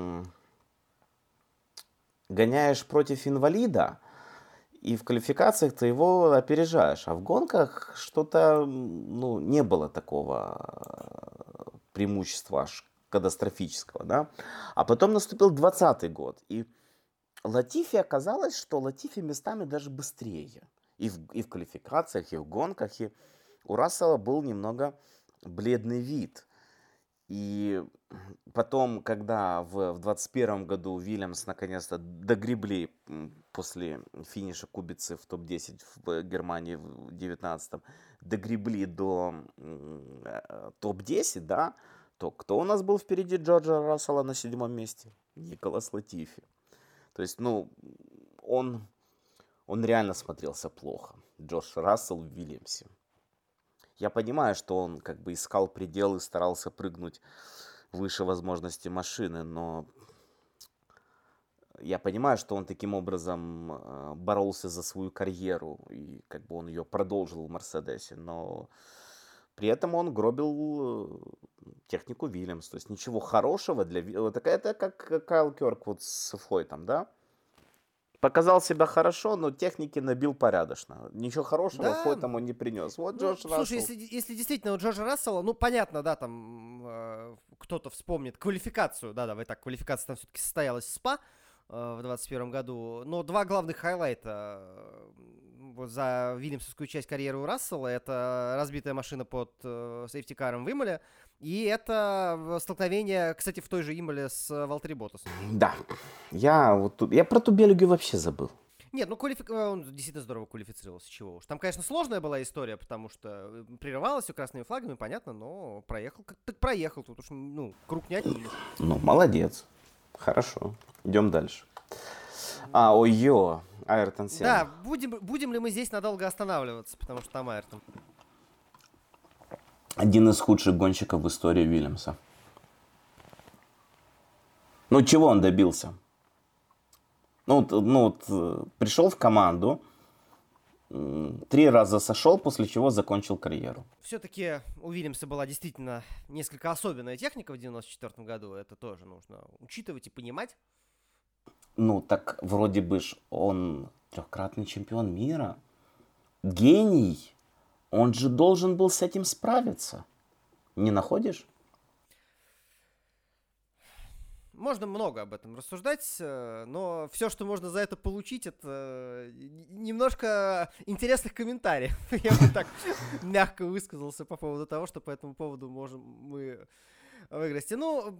[SPEAKER 4] гоняешь против инвалида, и в квалификациях ты его опережаешь, а в гонках что-то не было такого преимущества аж катастрофического, да? А потом наступил 2020 год, и Латифи оказалось, что Латифи местами даже быстрее. и в квалификациях, и в гонках. И у Рассела был немного бледный вид. И потом, когда в 2021 году Уильямс наконец-то догребли после финиша Кубицы в топ-10 в Германии в 2019, догребли до топ-10, да, то кто у нас был впереди Джорджа Рассела на 7-м месте? Николас Латифи. То есть, он реально смотрелся плохо. Джордж Рассел в Вильямсе. Я понимаю, что он как бы искал предел и старался прыгнуть выше возможности машины, но я понимаю, что он таким образом боролся за свою карьеру, и как бы он ее продолжил в Мерседесе, но при этом он гробил технику Вильямс. То есть ничего хорошего для... Это как Кайл Кёрк с Флойдом, да? Показал себя хорошо, но техники набил порядочно. Ничего хорошего
[SPEAKER 3] Да.
[SPEAKER 4] Флойд ему не принес. Вот Джордж Рассел.
[SPEAKER 3] Слушай, если действительно у Джорджа Рассела, понятно, да, там кто-то вспомнит квалификацию, да, так, квалификация там все-таки состоялась в СПА в 2021 году, но два главных хайлайта за вильямсовскую часть карьеры у Рассела — это разбитая машина под сейфтикаром в Имоле, и это столкновение, кстати, в той же Имоле с Валтери Боттасом.
[SPEAKER 4] Да. Я про ту Бельгию вообще забыл.
[SPEAKER 3] Нет, он действительно здорово квалифицировался, чего уж. Там, конечно, сложная была история, потому что прерывалось все красными флагами, понятно, но проехал, так проехал, тут уж, круг не отнимешь.
[SPEAKER 4] Молодец. Хорошо. Идем дальше. Айртон Сенна.
[SPEAKER 3] Да, будем ли мы здесь надолго останавливаться, потому что там Айртон.
[SPEAKER 4] Один из худших гонщиков в истории Вильямса. Чего он добился? Пришел в команду, 3 раза сошел, после чего закончил карьеру.
[SPEAKER 3] Все-таки у Вильямса была действительно несколько особенная техника в 1994 году. Это тоже нужно учитывать и понимать.
[SPEAKER 4] Так вроде бы ж он 3-кратный чемпион мира. Гений. Он же должен был с этим справиться. Не находишь?
[SPEAKER 3] Можно много об этом рассуждать, но все, что можно за это получить, это немножко интересных комментариев. Я бы так мягко высказался по поводу того, что по этому поводу можем мы выиграть.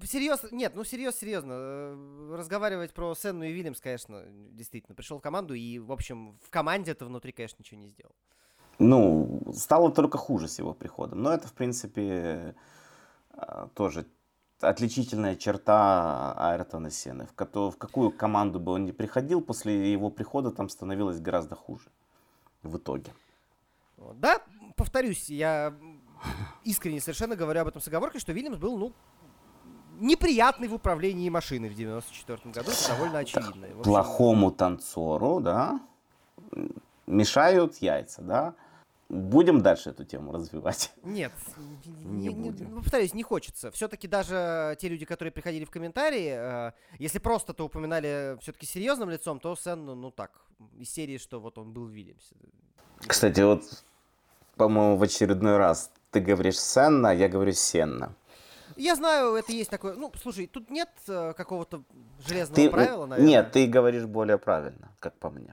[SPEAKER 3] Серьезно. Разговаривать про Сенну и Вильямс, конечно, действительно. Пришел в команду и, в общем, в команде это внутри, конечно, ничего не сделал.
[SPEAKER 4] Стало только хуже с его приходом. Но это, в принципе, тоже отличительная черта Айртона Сенны. В какую команду бы он ни приходил, после его прихода там становилось гораздо хуже в итоге.
[SPEAKER 3] Да, повторюсь, я искренне совершенно говорю об этом с оговоркой, что Вильямс был, неприятный в управлении машиной в 1994 году. Это довольно очевидно.
[SPEAKER 4] Плохому танцору, да, мешают яйца, да. Будем дальше эту тему развивать?
[SPEAKER 3] Нет,
[SPEAKER 4] не будем.
[SPEAKER 3] Повторюсь, не хочется. Все-таки даже те люди, которые приходили в комментарии, если просто-то упоминали все-таки серьезным лицом, то Сенну, так, из серии, что вот он был в Вильямсе.
[SPEAKER 4] Кстати, по-моему, в очередной раз ты говоришь Сенна, я говорю Сенна.
[SPEAKER 3] Я знаю, это есть такое... слушай, тут нет какого-то железного правила, наверное.
[SPEAKER 4] Нет, ты говоришь более правильно, как по мне.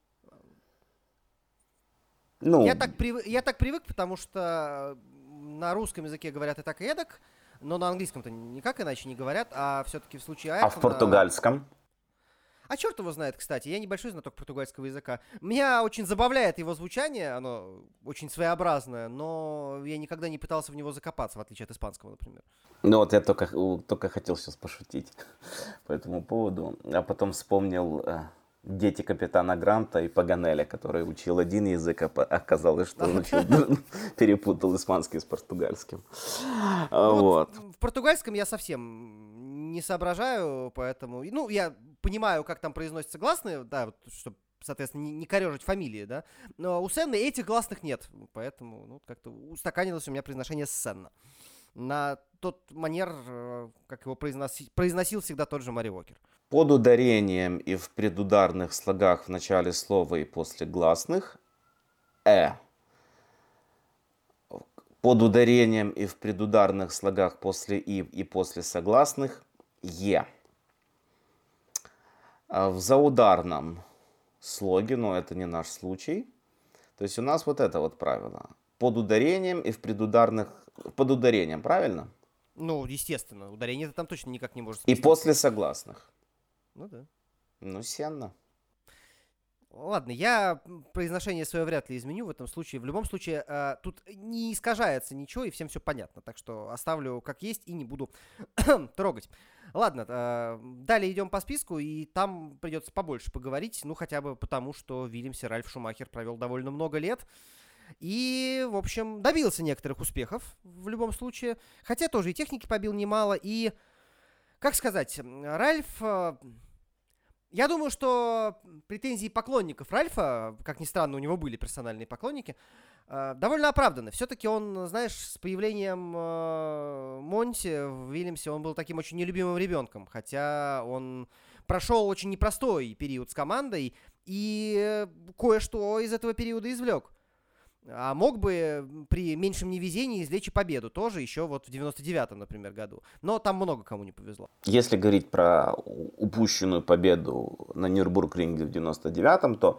[SPEAKER 3] Я так привык, потому что на русском языке говорят и так, и эдак, но на английском-то никак иначе не говорят, а все-таки в случае Айртона...
[SPEAKER 4] А в португальском?
[SPEAKER 3] А черт его знает, кстати, я небольшой знаток португальского языка. Меня очень забавляет его звучание, оно очень своеобразное, но я никогда не пытался в него закопаться, в отличие от испанского, например.
[SPEAKER 4] Я только хотел сейчас пошутить по этому поводу, а потом вспомнил... Дети капитана Гранта и Паганеля, который учил один язык, а оказалось, что он перепутал испанский с португальским.
[SPEAKER 3] В португальском я совсем не соображаю, поэтому... я понимаю, как там произносятся гласные, да, чтобы, соответственно, не корежить фамилии, да, но у Сенны этих гласных нет, поэтому, как-то устаканилось у меня произношение Сенна. На тот манер, как его произносил всегда тот же Мари Уокер.
[SPEAKER 4] Под ударением и в предударных слогах в начале слова и после гласных Под ударением и в предударных слогах после и после согласных В заударном слоге, но это не наш случай, То есть у нас вот это вот правило. Под ударением и в предударных... Под ударением, правильно?
[SPEAKER 3] Ну, естественно, ударение там точно никак не может
[SPEAKER 4] И
[SPEAKER 3] сместиться.
[SPEAKER 4] после согласных.
[SPEAKER 3] Ну да.
[SPEAKER 4] Ну, сенно.
[SPEAKER 3] Ладно, я произношение свое вряд ли изменю в этом случае. В любом случае, тут не искажается ничего, и всем все понятно. Так что оставлю как есть и не буду трогать. Ладно, далее идем по списку, и там придется побольше поговорить. Ну, хотя бы потому, что в Вильямсе Ральф Шумахер провел довольно много лет. И, в общем, добился некоторых успехов в любом случае. Хотя тоже и техники побил немало, и, как сказать, Ральф... Я думаю, что претензии поклонников Ральфа, как ни странно, у него были персональные поклонники, довольно оправданы. Все-таки он, знаешь, с появлением Монти в Вильямсе он был таким очень нелюбимым ребенком, хотя он прошел очень непростой период с командой и кое-что из этого периода извлек. А мог бы при меньшем невезении извлечь и победу тоже еще вот в 99-м, например, году. Но там много кому не повезло.
[SPEAKER 4] Если говорить про упущенную победу на Нюрнбург-ринге в 99-м, то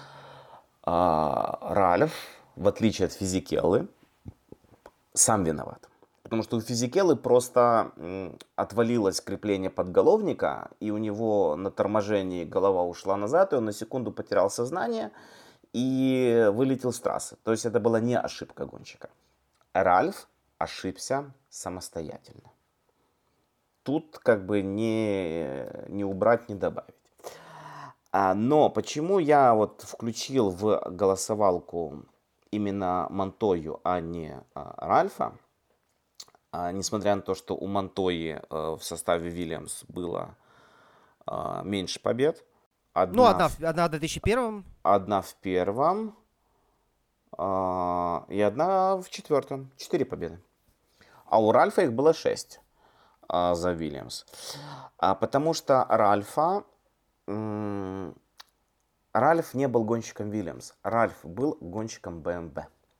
[SPEAKER 4] Ральф, в отличие от Физикеллы, сам виноват. Потому что у Физикеллы просто отвалилось крепление подголовника, и у него на торможении голова ушла назад, и он на секунду потерял сознание и вылетел с трассы. То есть это была не ошибка гонщика. Ральф ошибся самостоятельно. Тут как бы не убрать, не добавить. Но почему я вот включил в голосовалку именно Монтою, а не Ральфа, несмотря на то, что у Монтои в составе Вильямс было меньше побед.
[SPEAKER 3] Одна в 2001-м.
[SPEAKER 4] Одна в первом и одна в четвертом. 4 победы. А у Ральфа их было 6 за Вильямс. Потому что Ральф не был гонщиком Вильямс. Ральф был гонщиком BMW.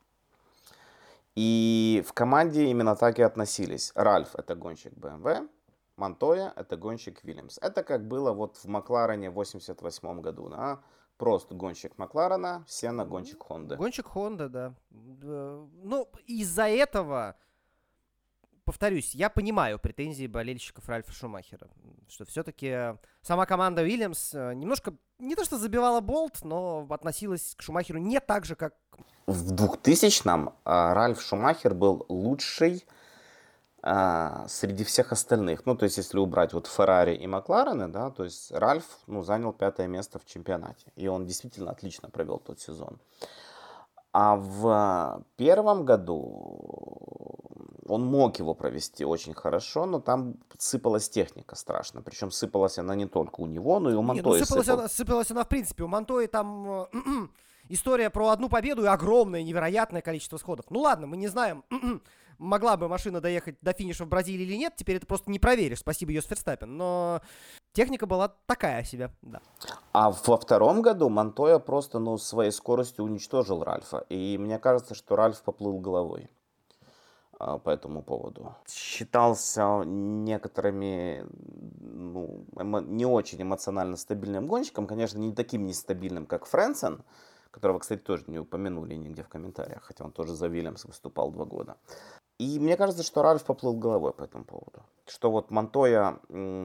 [SPEAKER 4] И в команде именно так и относились. Ральф — это гонщик BMW, Монтоя — это гонщик Вильямс. Это как было вот в Макларене в 88 году. Да? Просто гонщик Макларена, Сенна гонщик Хонды.
[SPEAKER 3] Гонщик Хонда, да. Ну, из-за этого, повторюсь, я понимаю претензии болельщиков Ральфа Шумахера. Что все-таки сама команда Вильямс немножко, не то что забивала болт, но относилась к Шумахеру не так же, как...
[SPEAKER 4] В 2000-м Ральф Шумахер был лучший среди всех остальных. Ну, то есть, если убрать вот Феррари и Макларены, да, то есть Ральф, занял 5-е место в чемпионате. И он действительно отлично провел тот сезон. А в первом году он мог его провести очень хорошо, но там сыпалась техника страшно. Причем сыпалась она не только у него, но и у Монтои.
[SPEAKER 3] Сыпалась она в принципе. У Монтои там история про одну победу и огромное, невероятное количество сходов. Ну ладно, мы не знаем, могла бы машина доехать до финиша в Бразилии или нет, теперь это просто не проверишь, спасибо Йос Ферстаппен, но техника была такая себе, да.
[SPEAKER 4] А во втором году Монтоя просто, своей скоростью уничтожил Ральфа, и мне кажется, что Ральф поплыл головой по этому поводу. Считался некоторыми, не очень эмоционально стабильным гонщиком, конечно, не таким нестабильным, как Френсен, которого, кстати, тоже не упомянули нигде в комментариях, хотя он тоже за Вильямс выступал 2 года. И мне кажется, что Ральф поплыл головой по этому поводу. Что вот Монтоя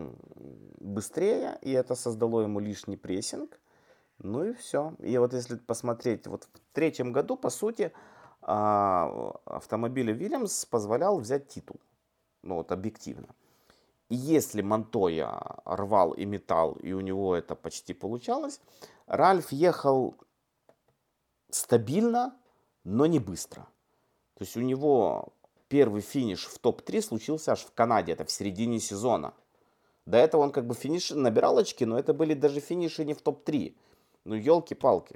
[SPEAKER 4] быстрее, и это создало ему лишний прессинг. Ну и все. И вот если посмотреть, вот в 3-м году, по сути, автомобиль Вильямс позволял взять титул. Объективно. И если Монтоя рвал и метал, и у него это почти получалось, Ральф ехал стабильно, но не быстро. То есть у него первый финиш в топ-3 случился аж в Канаде, это в середине сезона. До этого он как бы финиш набирал очки, но это были даже финиши не в топ-3. Елки-палки.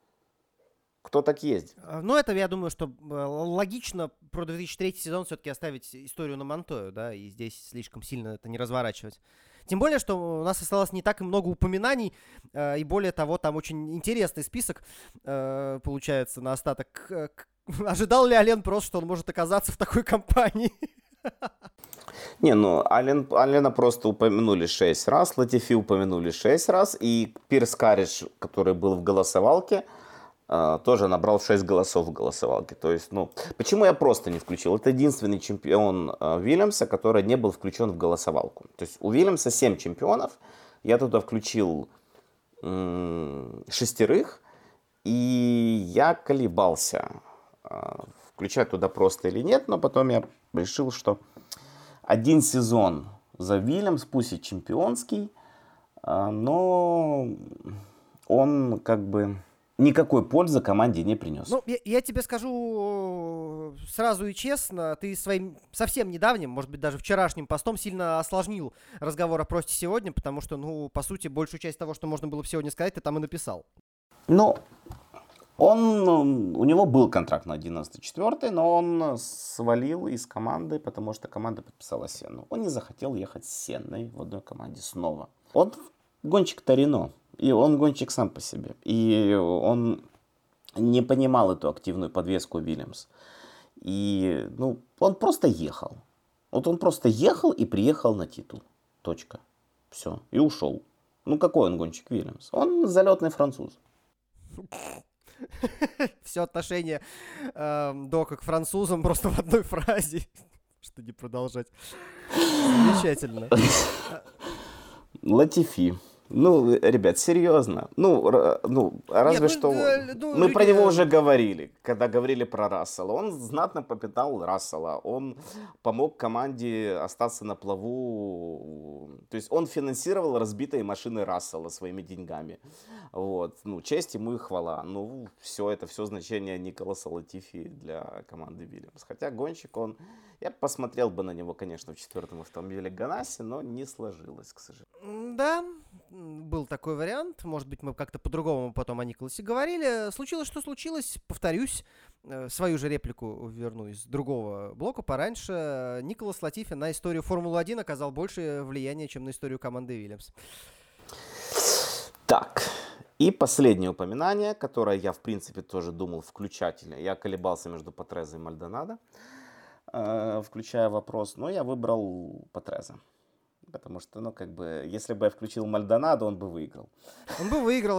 [SPEAKER 4] Кто так ездит?
[SPEAKER 3] Это, я думаю, что логично про 2003 сезон все-таки оставить историю на Монтою, да, и здесь слишком сильно это не разворачивать. Тем более, что у нас осталось не так и много упоминаний, и более того, там очень интересный список получается на остаток. Ожидал ли Ален Прост, что он может оказаться в такой компании?
[SPEAKER 4] Алена просто упомянули 6 раз, Латифи упомянули 6 раз, и Пирс Карридж, который был в голосовалке, тоже набрал 6 голосов в голосовалке. То есть, почему я просто не включил? Это единственный чемпион Вильямса, который не был включен в голосовалку. То есть у Вильямса 7 чемпионов, я туда включил 6, и я колебался, включать туда просто или нет, но потом я решил, что один сезон за Вильямс, пусть и чемпионский, но он как бы никакой пользы команде не принес.
[SPEAKER 3] Ну, я тебе скажу сразу и честно, ты своим совсем недавним, может быть, даже вчерашним постом сильно осложнил разговор о Просте сегодня, потому что, по сути, большую часть того, что можно было бы сегодня сказать, ты там и написал.
[SPEAKER 4] Ну, у него был контракт на 11-4, но он свалил из команды, потому что команда подписала Сенну. Он не захотел ехать с Сенной в одной команде снова. Он гонщик Торино, и он гонщик сам по себе. И он не понимал эту активную подвеску Вильямс. И, он просто ехал. Вот он просто ехал и приехал на титул. Точка. Все. И ушел. Какой он гонщик Вильямс? Он залетный француз.
[SPEAKER 3] Все отношение Дока к французам просто в одной фразе. Что не продолжать. Замечательно.
[SPEAKER 4] Латифи. Ребят, серьезно. Разве что... мы про него уже говорили, когда говорили про Рассела. Он знатно попитал Рассела. Он помог команде остаться на плаву. То есть он финансировал разбитые машины Рассела своими деньгами. Вот. Честь ему и хвала. Все значение Николаса Латифи для команды Вильямс. Хотя гонщик он... Я посмотрел бы на него, конечно, в 4-м автомобиле Ганаси, но не сложилось, к сожалению.
[SPEAKER 3] Да, был такой вариант. Может быть, мы как-то по-другому потом о Николасе говорили. Случилось, что случилось. Повторюсь, свою же реплику верну из другого блока пораньше. Николас Латифи на историю Формулы-1 оказал больше влияния, чем на историю команды Вильямс.
[SPEAKER 4] Так, и последнее упоминание, которое я, в принципе, тоже думал включать. Я колебался между Патрезо и Мальдонадо, включая вопрос, но я выбрал Патрезо. Потому что, если бы я включил Мальдонадо, он бы выиграл.
[SPEAKER 3] Он бы выиграл.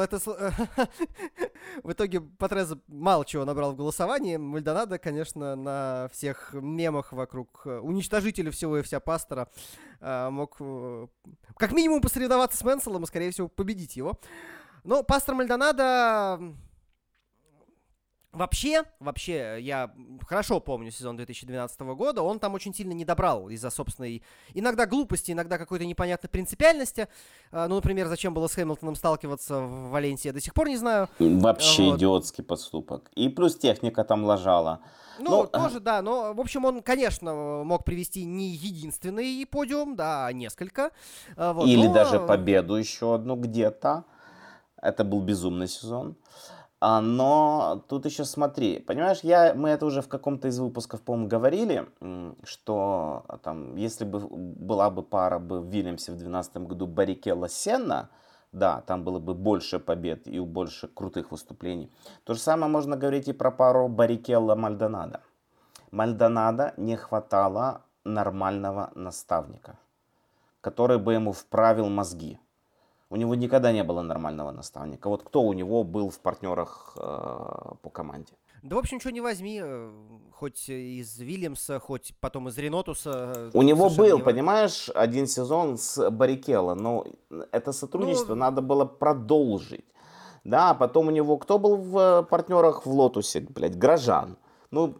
[SPEAKER 3] В итоге Патрезо мало чего набрал в голосовании. Мальдонадо, конечно, на всех мемах вокруг уничтожителя всего и вся Пастора мог как минимум посоревноваться с Менселом и, скорее всего, победить его. Но Пастор Мальдонадо... Вообще, я хорошо помню сезон 2012 года, он там очень сильно не добрал из-за собственной иногда глупости, иногда какой-то непонятной принципиальности. Например, зачем было с Хэмилтоном сталкиваться в Валенсии, я до сих пор не знаю.
[SPEAKER 4] Вообще идиотский поступок. И плюс техника там лажала.
[SPEAKER 3] Тоже, да, но, в общем, он, конечно, мог привести не единственный подиум, да, а несколько.
[SPEAKER 4] Или даже победу еще одну где-то. Это был безумный сезон. Но тут еще смотри, понимаешь, мы это уже в каком-то из выпусков, по-моему, говорили, что там, если бы была бы пара в Вильямсе в 2012 году Баррикелло-Сенна, да, там было бы больше побед и больше крутых выступлений. То же самое можно говорить и про пару Баррикелло-Мальдонадо. Мальдонадо не хватало нормального наставника, который бы ему вправил мозги. У него никогда не было нормального наставника. Вот кто у него был в партнерах по команде?
[SPEAKER 3] Да, в общем, ничего не возьми. Хоть из Вильямса, хоть потом из Ренотуса.
[SPEAKER 4] У него был, понимаешь, один сезон с Баррикелло. Но это сотрудничество надо было продолжить. Да, потом у него кто был в партнерах в Лотусе? Грожан. Are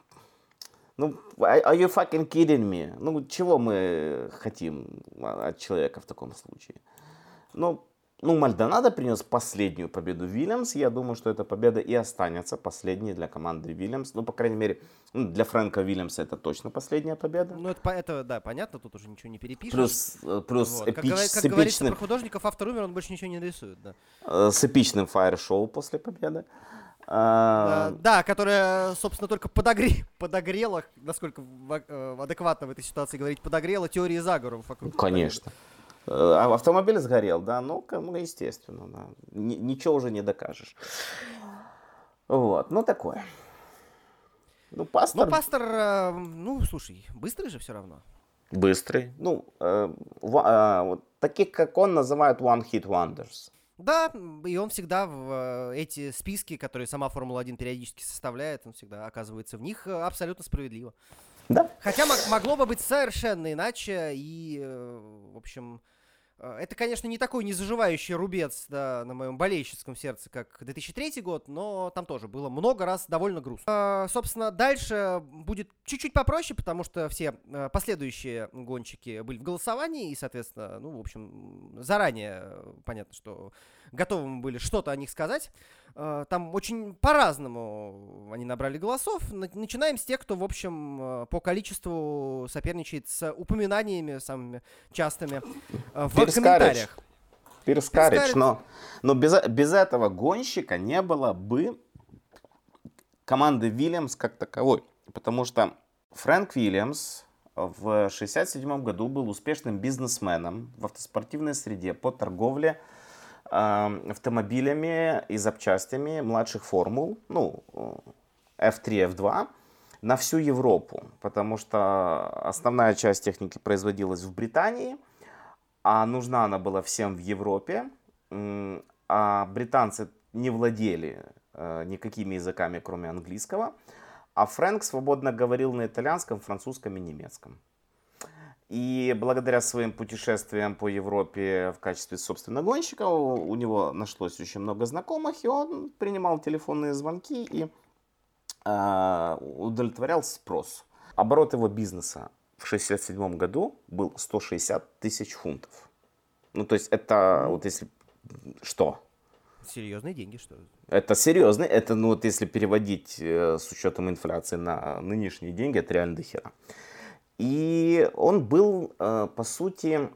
[SPEAKER 4] you fucking kidding me? Чего мы хотим от человека в таком случае? Мальдонадо принес последнюю победу Вильямс. Я думаю, что эта победа и останется последней для команды Вильямс. По крайней мере, для Фрэнка Вильямса это точно последняя победа.
[SPEAKER 3] Это да, понятно, тут уже ничего не перепишешь.
[SPEAKER 4] Плюс
[SPEAKER 3] как говорится про художников, автор умер, он больше ничего не нарисует. Да.
[SPEAKER 4] С эпичным фаер-шоу после победы.
[SPEAKER 3] Да, которая, собственно, только подогрела, насколько адекватно в этой ситуации говорить, подогрела теории заговоров вокруг.
[SPEAKER 4] Конечно. Автомобиль сгорел, да, естественно, да. Ничего уже не докажешь. Вот, такое. Пастор...
[SPEAKER 3] Пастор, слушай, быстрый же все равно.
[SPEAKER 4] Быстрый. Таких, как он, называют one-hit wonders.
[SPEAKER 3] Да, и он всегда в эти списки, которые сама Формула-1 периодически составляет, он всегда оказывается в них абсолютно справедливо.
[SPEAKER 4] Да.
[SPEAKER 3] Хотя могло бы быть совершенно иначе, и, в общем, это, конечно, не такой незаживающий рубец, да, на моем болельщицком сердце, как 2003 год, но там тоже было много раз довольно грустно. Собственно, дальше будет чуть-чуть попроще, потому что все последующие гонщики были в голосовании, и, соответственно, ну, в общем, заранее понятно, что готовы мы были что-то о них сказать. Там очень по-разному они набрали голосов. Начинаем с тех, кто, в общем, по количеству соперничает с упоминаниями самыми частыми в комментариях.
[SPEAKER 4] Пирс Карридж, но без этого гонщика не было бы команды Вильямс как таковой. Потому что Фрэнк Вильямс в 1967 году был успешным бизнесменом в автоспортивной среде по торговле автомобилями и запчастями младших формул, ну, F3, F2, на всю Европу, потому что основная часть техники производилась в Британии, а нужна она была всем в Европе, а британцы не владели никакими языками, кроме английского, а Фрэнк свободно говорил на итальянском, французском и немецком. И благодаря своим путешествиям по Европе в качестве собственного гонщика у него нашлось очень много знакомых, и он принимал телефонные звонки и удовлетворял спрос. Оборот его бизнеса в 1967 году был 160 тысяч фунтов. Ну, то есть это вот если... Что?
[SPEAKER 3] Серьезные деньги, что ли?
[SPEAKER 4] Это серьезно. Это, ну, вот если переводить с учетом инфляции на нынешние деньги, это реально дохера. И он был, по сути,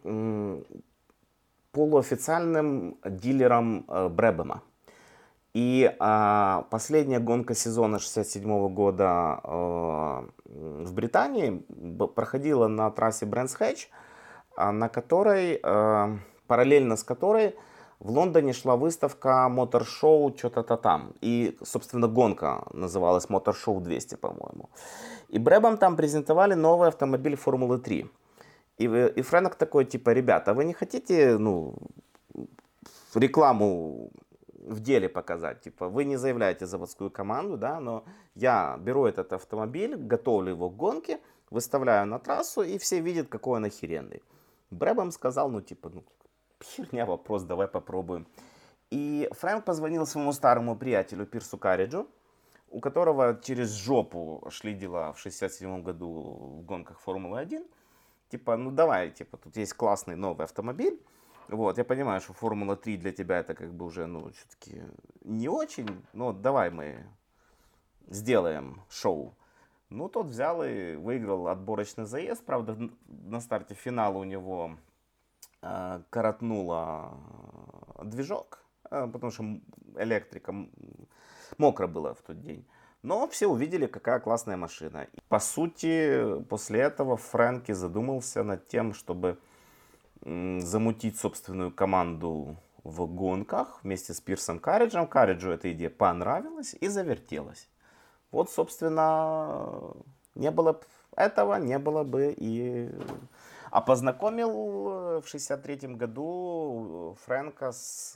[SPEAKER 4] полуофициальным дилером Бребема. И последняя гонка сезона 1967 года в Британии проходила на трассе Brands Hatch, на которой, параллельно с которой в Лондоне шла выставка Motor Show что-то там. И, собственно, гонка называлась Motor Show 200, по-моему. И Бребам там презентовали новый автомобиль Формулы 3. И Фрэнк такой, типа, ребята, вы не хотите, ну, рекламу в деле показать? Типа, вы не заявляете заводскую команду, да, но я беру этот автомобиль, готовлю его к гонке, выставляю на трассу, и все видят, какой он охеренный. Бребам сказал, ну, типа, ну, херня вопрос, давай попробуем. И Фрэнк позвонил своему старому приятелю Пирсу Карриджу, у которого через жопу шли дела в 1967 году в гонках Формулы-1. Типа, ну давай, типа, тут есть классный новый автомобиль. Вот, я понимаю, что Формула-3 для тебя это как бы уже, ну, все-таки не очень, но давай мы сделаем шоу. Ну, тот взял и выиграл отборочный заезд. Правда, на старте финала у него коротнуло движок, потому что электрика, мокро было в тот день. Но все увидели, какая классная машина. И, по сути, после этого Фрэнки задумался над тем, чтобы замутить собственную команду в гонках вместе с Пирсом Карриджем. Карриджу эта идея понравилась и завертелась. Вот, собственно, не было этого, не было бы и... А познакомил в 1963 году Фрэнка с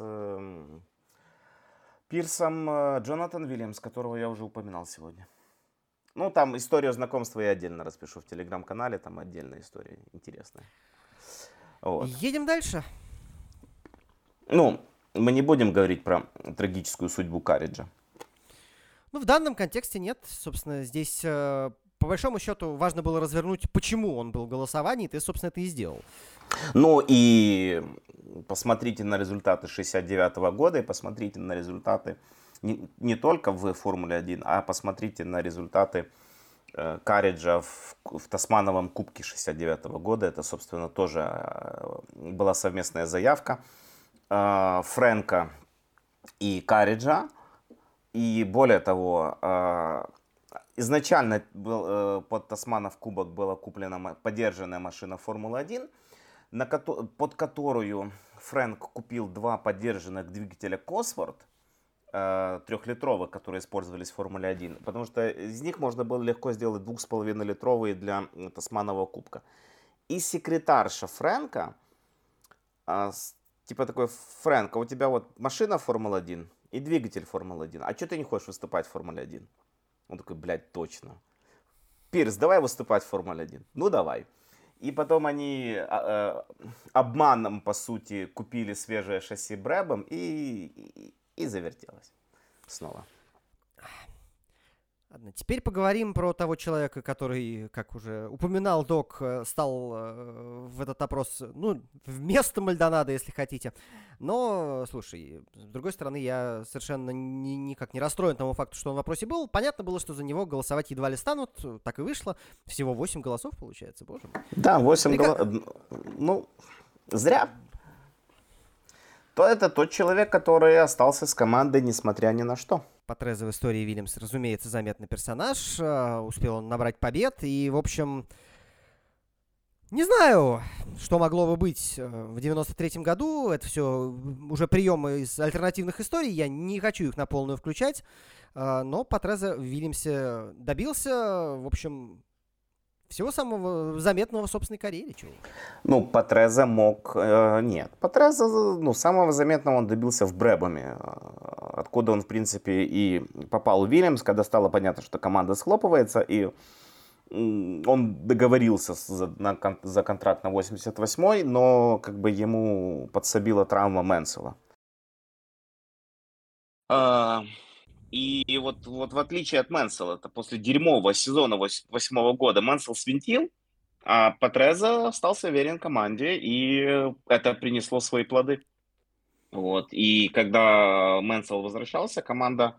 [SPEAKER 4] Пирсом Джонатан Вильямс, которого я уже упоминал сегодня. Ну, там историю знакомства я отдельно распишу в телеграм-канале, там отдельная история интересная. Вот.
[SPEAKER 3] Едем дальше.
[SPEAKER 4] Ну, мы не будем говорить про трагическую судьбу Карриджа.
[SPEAKER 3] Ну, в данном контексте нет. Собственно, здесь, по большому счету, важно было развернуть, почему он был в голосовании, ты, собственно, это и сделал.
[SPEAKER 4] Ну, и посмотрите на результаты 1969 года, и посмотрите на результаты не только в Формуле-1, а посмотрите на результаты Карриджа в Тасмановом кубке 1969 года. Это, собственно, тоже была совместная заявка Фрэнка и Карриджа. И более того, изначально под Тасманов кубок была куплена подержанная машина Формулы-1, под которую Фрэнк купил два подержанных двигателя Cosworth, 3-литровых, которые использовались в Формуле-1, потому что из них можно было легко сделать 2,5-литровые для Тасманового кубка. И секретарша Фрэнка Типа такой, Фрэнк, а у тебя вот машина Формула-1 и двигатель Формула-1. А что ты не хочешь выступать в Формуле-1? Он такой, блядь, точно. Пирс, давай выступать в Формуле-1. Ну, давай. И потом они обманом, по сути, купили свежее шасси Брабham и завертелось снова.
[SPEAKER 3] Ладно, теперь поговорим про того человека, который, как уже упоминал Док, стал в этот опрос, ну, вместо Мальдонадо, если хотите. Но, слушай, с другой стороны, я совершенно никак не расстроен тому факту, что он в вопросе был. Понятно было, что за него голосовать едва ли станут. Так и вышло. Всего 8 голосов, получается, боже мой.
[SPEAKER 4] Да, 8 голосов. Ну, зря. То это тот человек, который остался с командой, несмотря ни на что.
[SPEAKER 3] Патреза в истории Вильямс, разумеется, заметный персонаж. Успел он набрать побед. И, в общем, не знаю, что могло бы быть в 93-м году. Это все уже приемы из альтернативных историй. Я не хочу их на полную включать. Но Патреза в Вильямсе добился, в общем, всего самого заметного в собственной карьере.
[SPEAKER 4] Ну, Патреза мог... нет, Патреза, ну, самого заметного он добился в Брабаме, откуда он, в принципе, и попал в Вильямс, когда стало понятно, что команда схлопывается, и он договорился за контракт на 88-й, но как бы ему подсобила травма Мэнсела. И вот в отличие от Мэнсела, это после дерьмового сезона 2008 года Мэнсел свинтил, а Патреза остался верен команде, и это принесло свои плоды. Вот. И когда Мэнсел возвращался, команда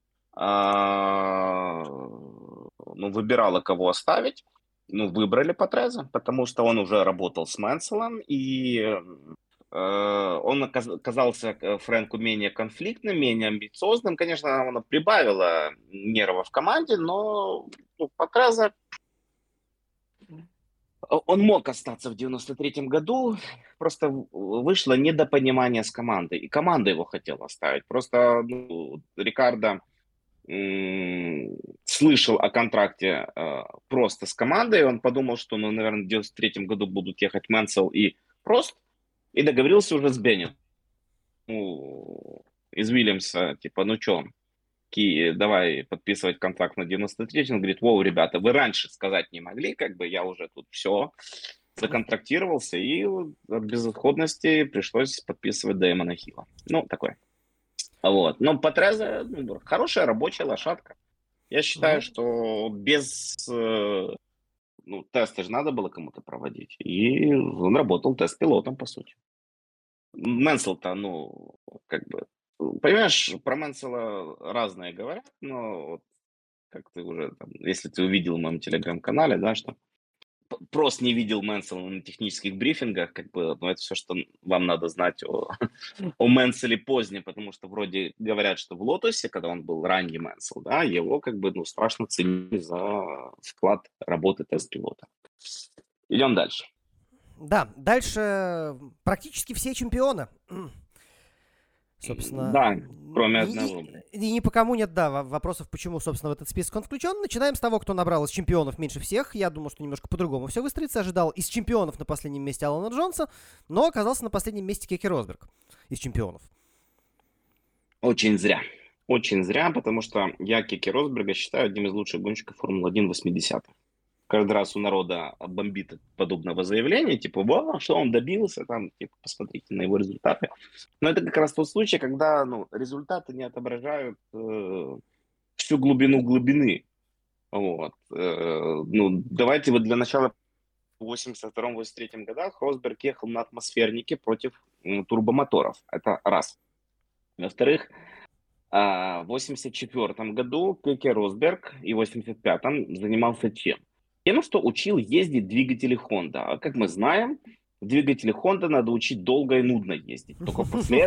[SPEAKER 4] выбирала, кого оставить. Ну, выбрали Патреза, потому что он уже работал с Мэнселом, и он оказался Фрэнку менее конфликтным, менее амбициозным. Конечно, он прибавило нервов в команде, но Патреза... Он мог остаться в 93-м году, просто вышло недопонимание с командой, и команда его хотела оставить. Просто Рикардо слышал о контракте просто с командой, он подумал, что, наверное, в 93-м году будут ехать Мэнсел и Прост, и договорился уже с Беннет. Из Вильямса, типа, ну что, давай подписывать контракт на 93-й. Он говорит, ребята, вы раньше сказать не могли, как бы я уже тут все законтрактировался, и от безысходности пришлось подписывать Дэймона Хилла. Ну, такое. Вот. Но Патреза хорошая рабочая лошадка. Я считаю, что без... тесты же надо было кому-то проводить. И он работал тест-пилотом, по сути. Мэнсел-то, понимаешь, про Мэнсела разные говорят, но как ты уже, если ты увидел в моем телеграм-канале, да, что просто не видел Мэнсела на технических брифингах, это все, что вам надо знать о Мэнселе позднем, потому что вроде говорят, что в Лотосе, когда он был ранний Мэнсел, да, его страшно ценили за вклад работы тест-пилота. Идем дальше.
[SPEAKER 3] Да, дальше практически все чемпионы. Собственно,
[SPEAKER 4] да, кроме одного.
[SPEAKER 3] И ни по кому нет, вопросов, почему, собственно, в этот список он включен. Начинаем с того, кто набрал из чемпионов меньше всех. Я думал, что немножко по-другому все выстроится. Ожидал из чемпионов на последнем месте Алана Джонса, но оказался на последнем месте Кеки Росберг из чемпионов.
[SPEAKER 4] Очень зря. Очень зря, потому что я Кеки Росберга считаю одним из лучших гонщиков Формулы-1 80-х. Каждый раз у народа бомбит от подобного заявления, типа, что он добился, посмотрите на его результаты. Но это как раз тот случай, когда результаты не отображают всю глубину глубины. Вот. Давайте для начала в 82-83 годах Росберг ехал на атмосфернике против турбомоторов. Это раз. Во-вторых, в 84 году Кеки Росберг и в 85-м занимался чем? Тем, что учил ездить двигатели Honda. А как мы знаем, двигатели Honda надо учить долго и нудно ездить. Только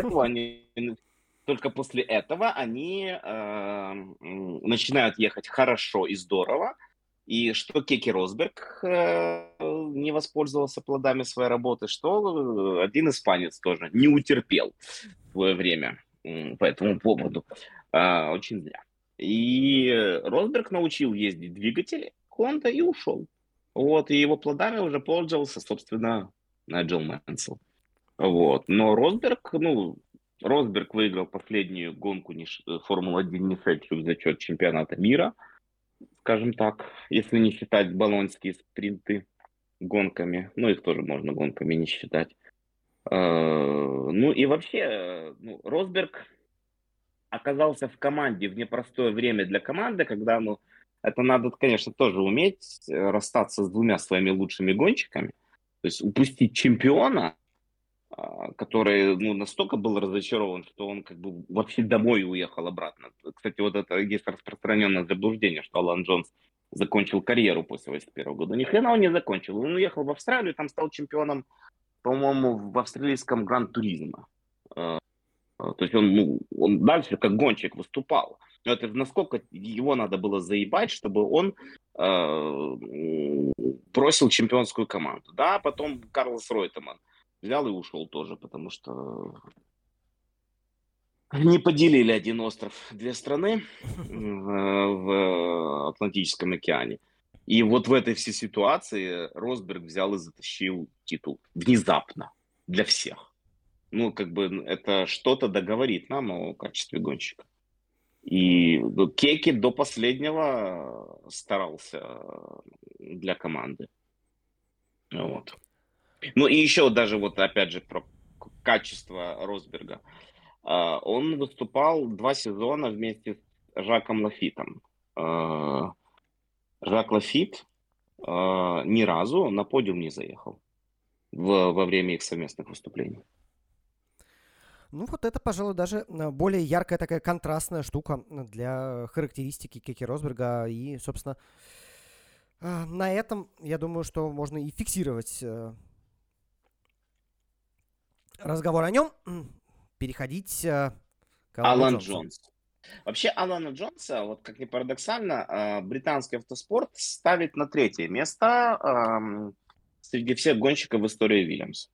[SPEAKER 4] после этого они начинают ехать хорошо и здорово. И что Кеки Росберг не воспользовался плодами своей работы, что один испанец тоже не утерпел в свое время по этому поводу. Очень зря. И Росберг научил ездить двигатели Honda и ушел. Вот, и его плодами уже пользовался, собственно, Найджел Мэнсел.
[SPEAKER 5] Вот. Но Росберг выиграл последнюю гонку Формулы-1 не шедшую за счет чемпионата мира, скажем так, если не считать болонские спринты гонками. Ну, их тоже можно гонками не считать. Ну и вообще, Росберг оказался в команде в непростое время для команды, когда, это надо, конечно, тоже уметь расстаться с двумя своими лучшими гонщиками. То есть упустить чемпиона, который, настолько был разочарован, что он как бы вообще домой уехал обратно. Кстати, вот это есть распространенное заблуждение, что Алан Джонс закончил карьеру после 81 года. Ни хрена он не закончил. Он уехал в Австралию, там стал чемпионом, по-моему, в австралийском Гран-туризмо. То есть он дальше как гонщик выступал. Но это насколько его надо было заебать, чтобы он бросил чемпионскую команду. Да, потом Карлос Ройтеман взял и ушел тоже, потому что не поделили один остров, две страны в Атлантическом океане. И вот в этой всей ситуации Росберг взял и затащил титул внезапно для всех. Это что-то договорит нам о качестве гонщика. И Кеки до последнего старался для команды. Вот. И еще даже опять же про качество Росберга. Он выступал 2 сезона вместе с Жаком Лафитом. Жак Лафит ни разу на подиум не заехал во время их совместных выступлений.
[SPEAKER 3] Вот это, пожалуй, даже более яркая такая контрастная штука для характеристики Кеки Росберга. И, собственно, на этом, я думаю, что можно и фиксировать разговор о нем. Переходить к
[SPEAKER 5] Алан Джонс. Вообще, Алана Джонса, как ни парадоксально, британский автоспорт ставит на 3-е место среди всех гонщиков в истории Вильямс.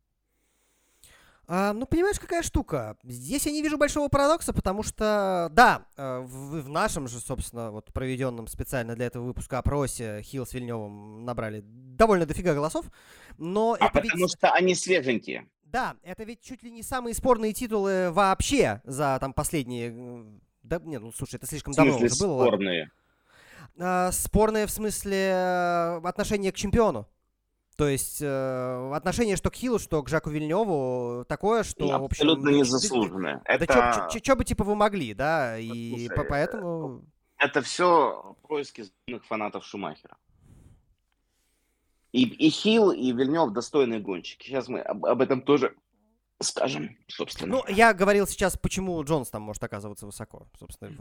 [SPEAKER 3] Понимаешь, какая штука? Здесь я не вижу большого парадокса, потому что, да, в нашем же, собственно, проведенном специально для этого выпуска опросе Хилл с Вильнёвым набрали довольно дофига голосов, но это
[SPEAKER 5] потому что они свеженькие.
[SPEAKER 3] Да, это ведь чуть ли не самые спорные титулы вообще за последние... Да, слушай, это слишком давно уже было.
[SPEAKER 5] Спорные?
[SPEAKER 3] Спорные в смысле отношение к чемпиону. То есть отношение что к Хиллу, что к Жаку Вильнёву такое, что, в общем...
[SPEAKER 5] Абсолютно незаслуженное.
[SPEAKER 3] Да что бы вы могли, да, и
[SPEAKER 5] Слушай,
[SPEAKER 3] поэтому...
[SPEAKER 5] Это все происки фанатов Шумахера. И Хилл, и Вильнёв достойные гонщики. Сейчас мы об этом тоже скажем, собственно.
[SPEAKER 3] Я говорил сейчас, почему Джонс там может оказываться высоко, собственно.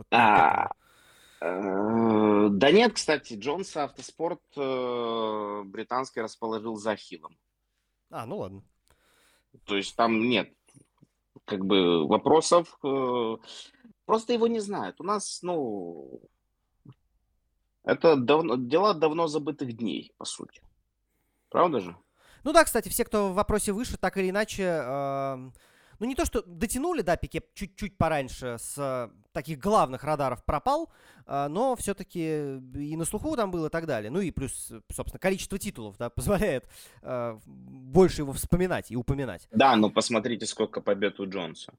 [SPEAKER 5] Да нет, кстати, Джонса автоспорт британский расположил за Хиллом.
[SPEAKER 3] Ладно.
[SPEAKER 5] То есть там нет вопросов. Просто его не знают. У нас, это дела давно забытых дней, по сути. Правда же?
[SPEAKER 3] Да, кстати, все, кто в вопросе выше, так или иначе... не то, что дотянули, да, Пике чуть-чуть пораньше с таких главных радаров пропал, но все-таки и на слуху там был и так далее. И плюс, собственно, количество титулов, да, позволяет больше его вспоминать и упоминать.
[SPEAKER 5] Да, посмотрите, сколько побед у Джонса.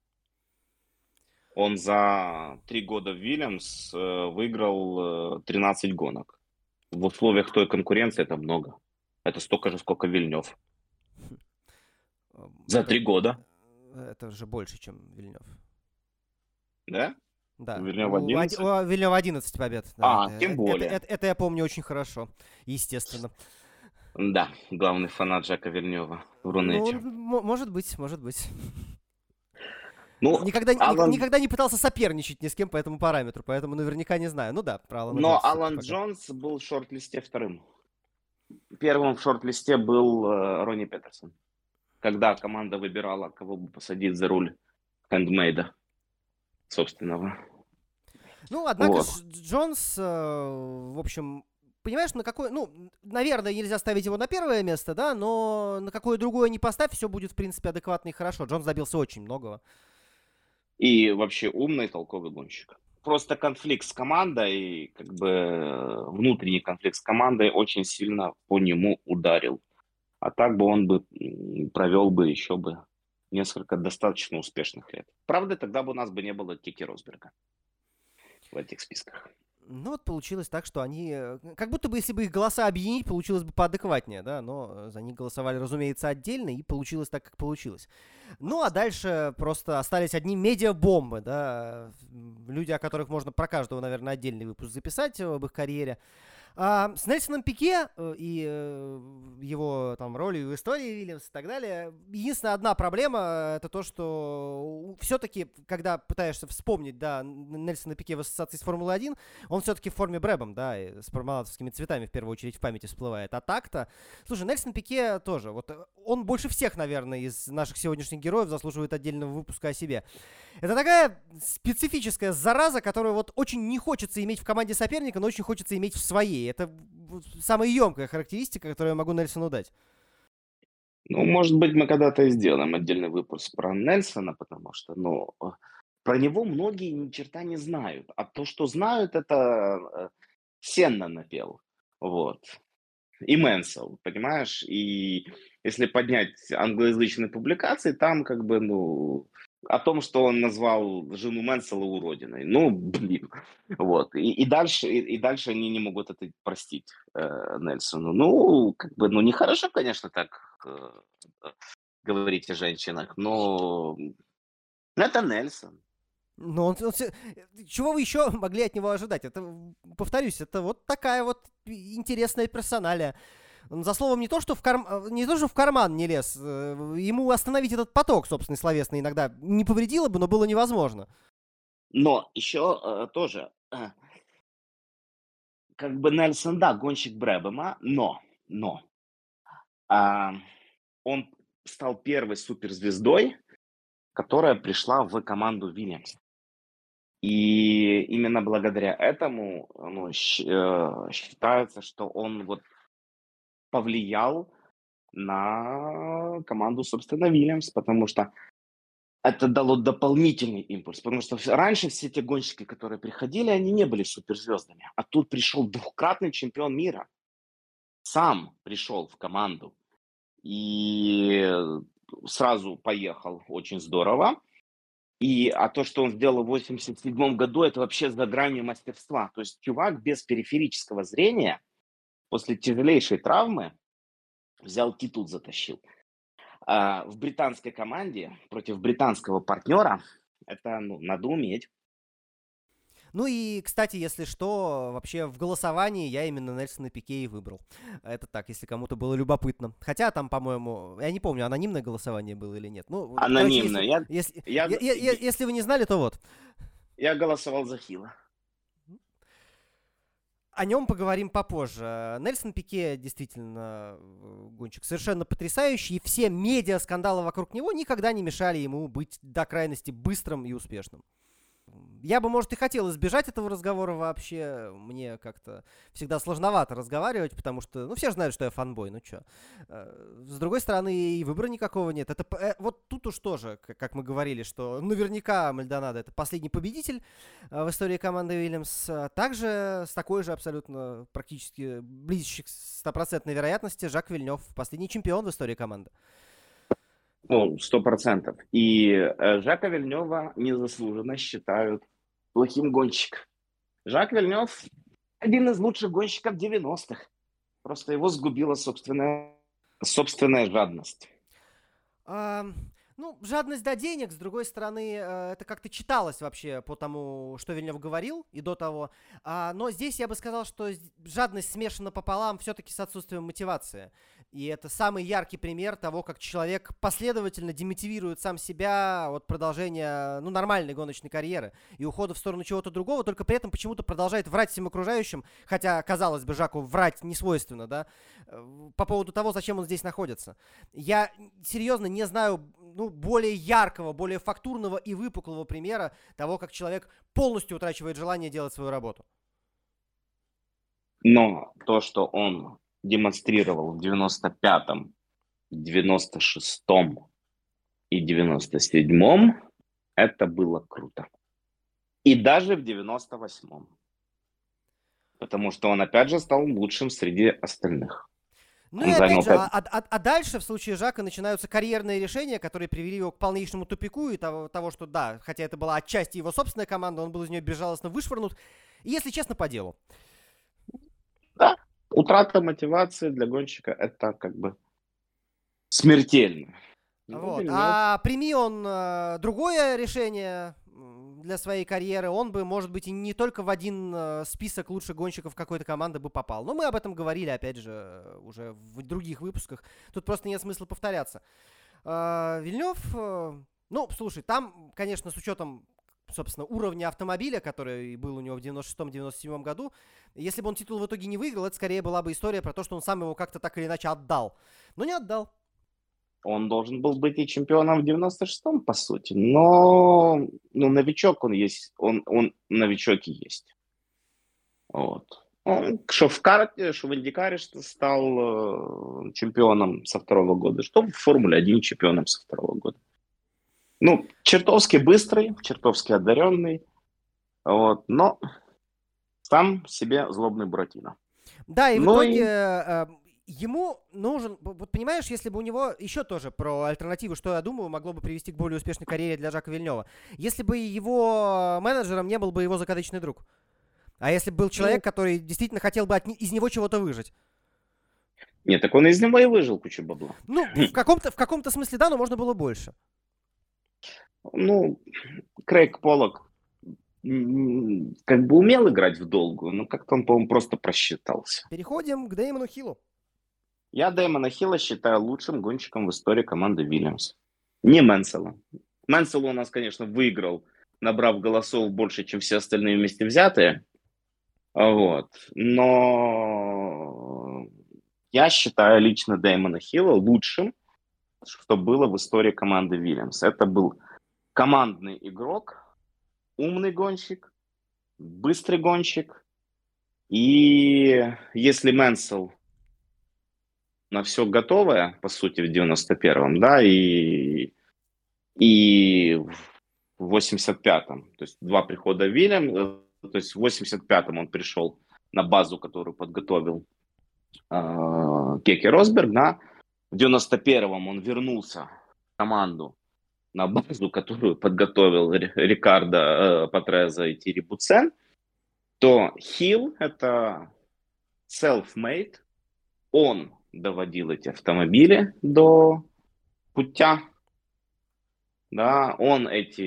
[SPEAKER 5] Он за 3 года в Вильямс выиграл 13 гонок. В условиях той конкуренции это много. Это столько же, сколько Вильнёв. За 3 года.
[SPEAKER 3] Это же больше, чем Вильнёв.
[SPEAKER 5] Да?
[SPEAKER 3] Да.
[SPEAKER 5] У Вильнёва 11?
[SPEAKER 3] У Вильнёва 11 побед. Да.
[SPEAKER 5] Тем более.
[SPEAKER 3] Это я помню очень хорошо. Естественно.
[SPEAKER 5] Да, главный фанат Жака Вильнёва в Рунете.
[SPEAKER 3] Может быть.
[SPEAKER 5] Ну,
[SPEAKER 3] никогда не пытался соперничать ни с кем по этому параметру, поэтому наверняка не знаю. Ну да, про Алана Джонса.
[SPEAKER 5] Но Алан Джонс был в шорт-листе вторым. Первым в шорт-листе был Ронни Петерсон. Когда команда выбирала, кого бы посадить за руль хендмейда собственного.
[SPEAKER 3] Ну, однако Джонс, в общем, понимаешь, на какой... Ну, наверное, нельзя ставить его на первое место, да, но на какое другое не поставь, все будет, в принципе, адекватно и хорошо. Джонс добился очень многого.
[SPEAKER 5] И вообще умный, толковый гонщик. Просто конфликт с командой, как бы внутренний конфликт с командой очень сильно по нему ударил. А так бы он бы провел бы еще бы несколько достаточно успешных лет. Правда, тогда бы у нас бы не было Кики Росберга в этих списках.
[SPEAKER 3] Ну вот получилось так, что они, как будто бы если бы их голоса объединить, получилось бы поадекватнее, да, но за них голосовали, разумеется, отдельно, и получилось так, как получилось. Ну а дальше просто остались одни медиабомбы, да, люди, о которых можно про каждого, наверное, отдельный выпуск записать об их карьере. С Нельсоном Пике и его там ролью в истории Вильямс и так далее, единственная одна проблема, это то, что все-таки, когда пытаешься вспомнить, да, Нельсона Пике в ассоциации с Формулой-1, он все-таки в форме Брэбом, да, и с пармалатовскими цветами в первую очередь в памяти всплывает. А так-то, слушай, Нельсон Пике тоже, вот он больше всех, наверное, из наших сегодняшних героев заслуживает отдельного выпуска о себе. Это такая специфическая зараза, которую вот очень не хочется иметь в команде соперника, но очень хочется иметь в своей. Это самая емкая характеристика, которую я могу Нельсону дать.
[SPEAKER 5] Ну, может быть, мы когда-то и сделаем отдельный выпуск про Нельсона, потому что, ну, про него многие ни черта не знают. А то, что знают, это Сенна напел. Вот. И Мэнсел, понимаешь? И если поднять англоязычные публикации, там как бы, ну, о том, что он назвал жену Мэнсела уродиной. Ну, блин. Вот. И дальше они не могут это простить Нельсону. Ну, как бы, ну, нехорошо, конечно, так говорить о женщинах, но это Нельсон.
[SPEAKER 3] Но чего вы еще могли от него ожидать? Это, повторюсь, это вот такая вот интересная персоналия. Он за словом не то, что в карман не лез. Ему остановить этот поток, собственно, словесный иногда не повредило бы, но было невозможно.
[SPEAKER 5] Но еще тоже, как бы Нельсон, да, гонщик Брэбема, но он стал первой суперзвездой, которая пришла в команду Вильямс. И именно благодаря этому, ну, считается, что он вот повлиял на команду, собственно, Вильямс, потому что это дало дополнительный импульс. Потому что раньше все те гонщики, которые приходили, они не были суперзвездами. А тут пришел двукратный чемпион мира. Сам пришел в команду. И сразу поехал очень здорово. А то, что он сделал в 1987 году, это вообще за гранью мастерства. То есть чувак без периферического зрения после тяжелейшей травмы взял титул, затащил. В британской команде против британского партнера это, ну, надо уметь.
[SPEAKER 3] Ну и, кстати, если что, вообще в голосовании я именно Нельсона Пике и выбрал. Это так, если кому-то было любопытно. Хотя там, по-моему, я не помню, анонимное голосование было или нет. Ну,
[SPEAKER 5] анонимное.
[SPEAKER 3] Короче, если вы не знали, то вот.
[SPEAKER 5] Я голосовал за Хилла.
[SPEAKER 3] О нем поговорим попозже. Нельсон Пике действительно гонщик совершенно потрясающий, и все медиа-скандалы вокруг него никогда не мешали ему быть до крайности быстрым и успешным. Я бы, может, и хотел избежать этого разговора вообще. Мне как-то всегда сложновато разговаривать, потому что, ну, все же знают, что я фанбой, ну чё. С другой стороны, и выбора никакого нет. Это вот тут уж тоже, как мы говорили, что наверняка Мальдонадо — это последний победитель в истории команды Уильямс. Также с такой же абсолютно практически близящей к 100% вероятности Жак Вильнёв — последний чемпион в истории команды.
[SPEAKER 5] Ну, 100%. И Жака Вильнёва незаслуженно считают плохим гонщиком. Жак Вильнёв один из лучших гонщиков 90-х. Просто его сгубила собственная жадность.
[SPEAKER 3] Ну, жадность до денег, с другой стороны, это как-то читалось вообще по тому, что Вильнёв говорил и до того. Но здесь я бы сказал, что жадность смешана пополам все-таки с отсутствием мотивации. И это самый яркий пример того, как человек последовательно демотивирует сам себя от продолжения, ну, нормальной гоночной карьеры и ухода в сторону чего-то другого, только при этом почему-то продолжает врать всем окружающим, хотя, казалось бы, Жаку врать не свойственно, да, по поводу того, зачем он здесь находится. Я серьезно не знаю, ну, более яркого, более фактурного и выпуклого примера того, как человек полностью утрачивает желание делать свою работу.
[SPEAKER 5] Но то, что он демонстрировал в 95-м, в 96-м и 97-м, это было круто. И даже в 98-м. Потому что он опять же стал лучшим среди остальных.
[SPEAKER 3] Ну
[SPEAKER 5] Он
[SPEAKER 3] и
[SPEAKER 5] занял
[SPEAKER 3] опять же,
[SPEAKER 5] 5.
[SPEAKER 3] а дальше в случае Жака начинаются карьерные решения, которые привели его к полнейшему тупику и того, что да, хотя это была отчасти его собственная команда, он был из нее безжалостно вышвырнут. И, если честно, по делу.
[SPEAKER 5] Да, утрата мотивации для гонщика — это как бы смертельно. Ну,
[SPEAKER 3] Вот.
[SPEAKER 5] Вильнёв.
[SPEAKER 3] А прими он другое решение для своей карьеры, он бы, может быть, и не только в один список лучших гонщиков какой-то команды бы попал. Но мы об этом говорили, опять же, уже в других выпусках. Тут просто нет смысла повторяться. Вильнёв, ну, слушай, там, конечно, с учетом, собственно, уровня автомобиля, который был у него в 96-97 году, если бы он титул в итоге не выиграл, это скорее была бы история про то, что он сам его как-то так или иначе отдал. Но не отдал.
[SPEAKER 5] Он должен был быть и чемпионом в 96-м, по сути. Но новичок он есть. Он новичок и есть. Вот. Он, что в карте, что в Индикаре стал чемпионом со 2-го года, что в Формуле-1 чемпионом со 2-го года. Ну, чертовски быстрый, чертовски одаренный. Вот, но сам себе злобный Буратино.
[SPEAKER 3] Да, и в
[SPEAKER 5] Ну
[SPEAKER 3] итоге ему нужен... Вот понимаешь, если бы у него еще тоже про альтернативу, что я думаю, могло бы привести к более успешной карьере для Жака Вильнёва. Если бы его менеджером не был бы его закадычный друг. А если бы был человек, который действительно хотел бы из него чего-то выжать.
[SPEAKER 5] Нет, так он из него и выжил кучу бабла.
[SPEAKER 3] Ну, в каком-то смысле да, но можно было больше.
[SPEAKER 5] Ну, Крейг Поллок как бы умел играть в долгую, но как-то он, по-моему, просто просчитался.
[SPEAKER 3] Переходим к Дэймону Хиллу.
[SPEAKER 5] Я Дэймона Хилла считаю лучшим гонщиком в истории команды Вильямс. Не Мэнсела. Мэнсел у нас, конечно, выиграл, набрав голосов больше, чем все остальные вместе взятые. Вот. Но я считаю лично Дэймона Хилла лучшим, что было в истории команды Вильямс. Это был командный игрок, умный гонщик, быстрый гонщик. И если Мэнсел на все готовое, по сути, в 91-м, да, и в 85-м, то есть 2 прихода Вильям, то есть в 85-м он пришел на базу, которую подготовил Кеки Росберг, да, в 91-м он вернулся в команду на базу, которую подготовил Рикардо Патреза и Тири Буцен, то Хилл — это self-made, он доводил эти автомобили до путя, да, он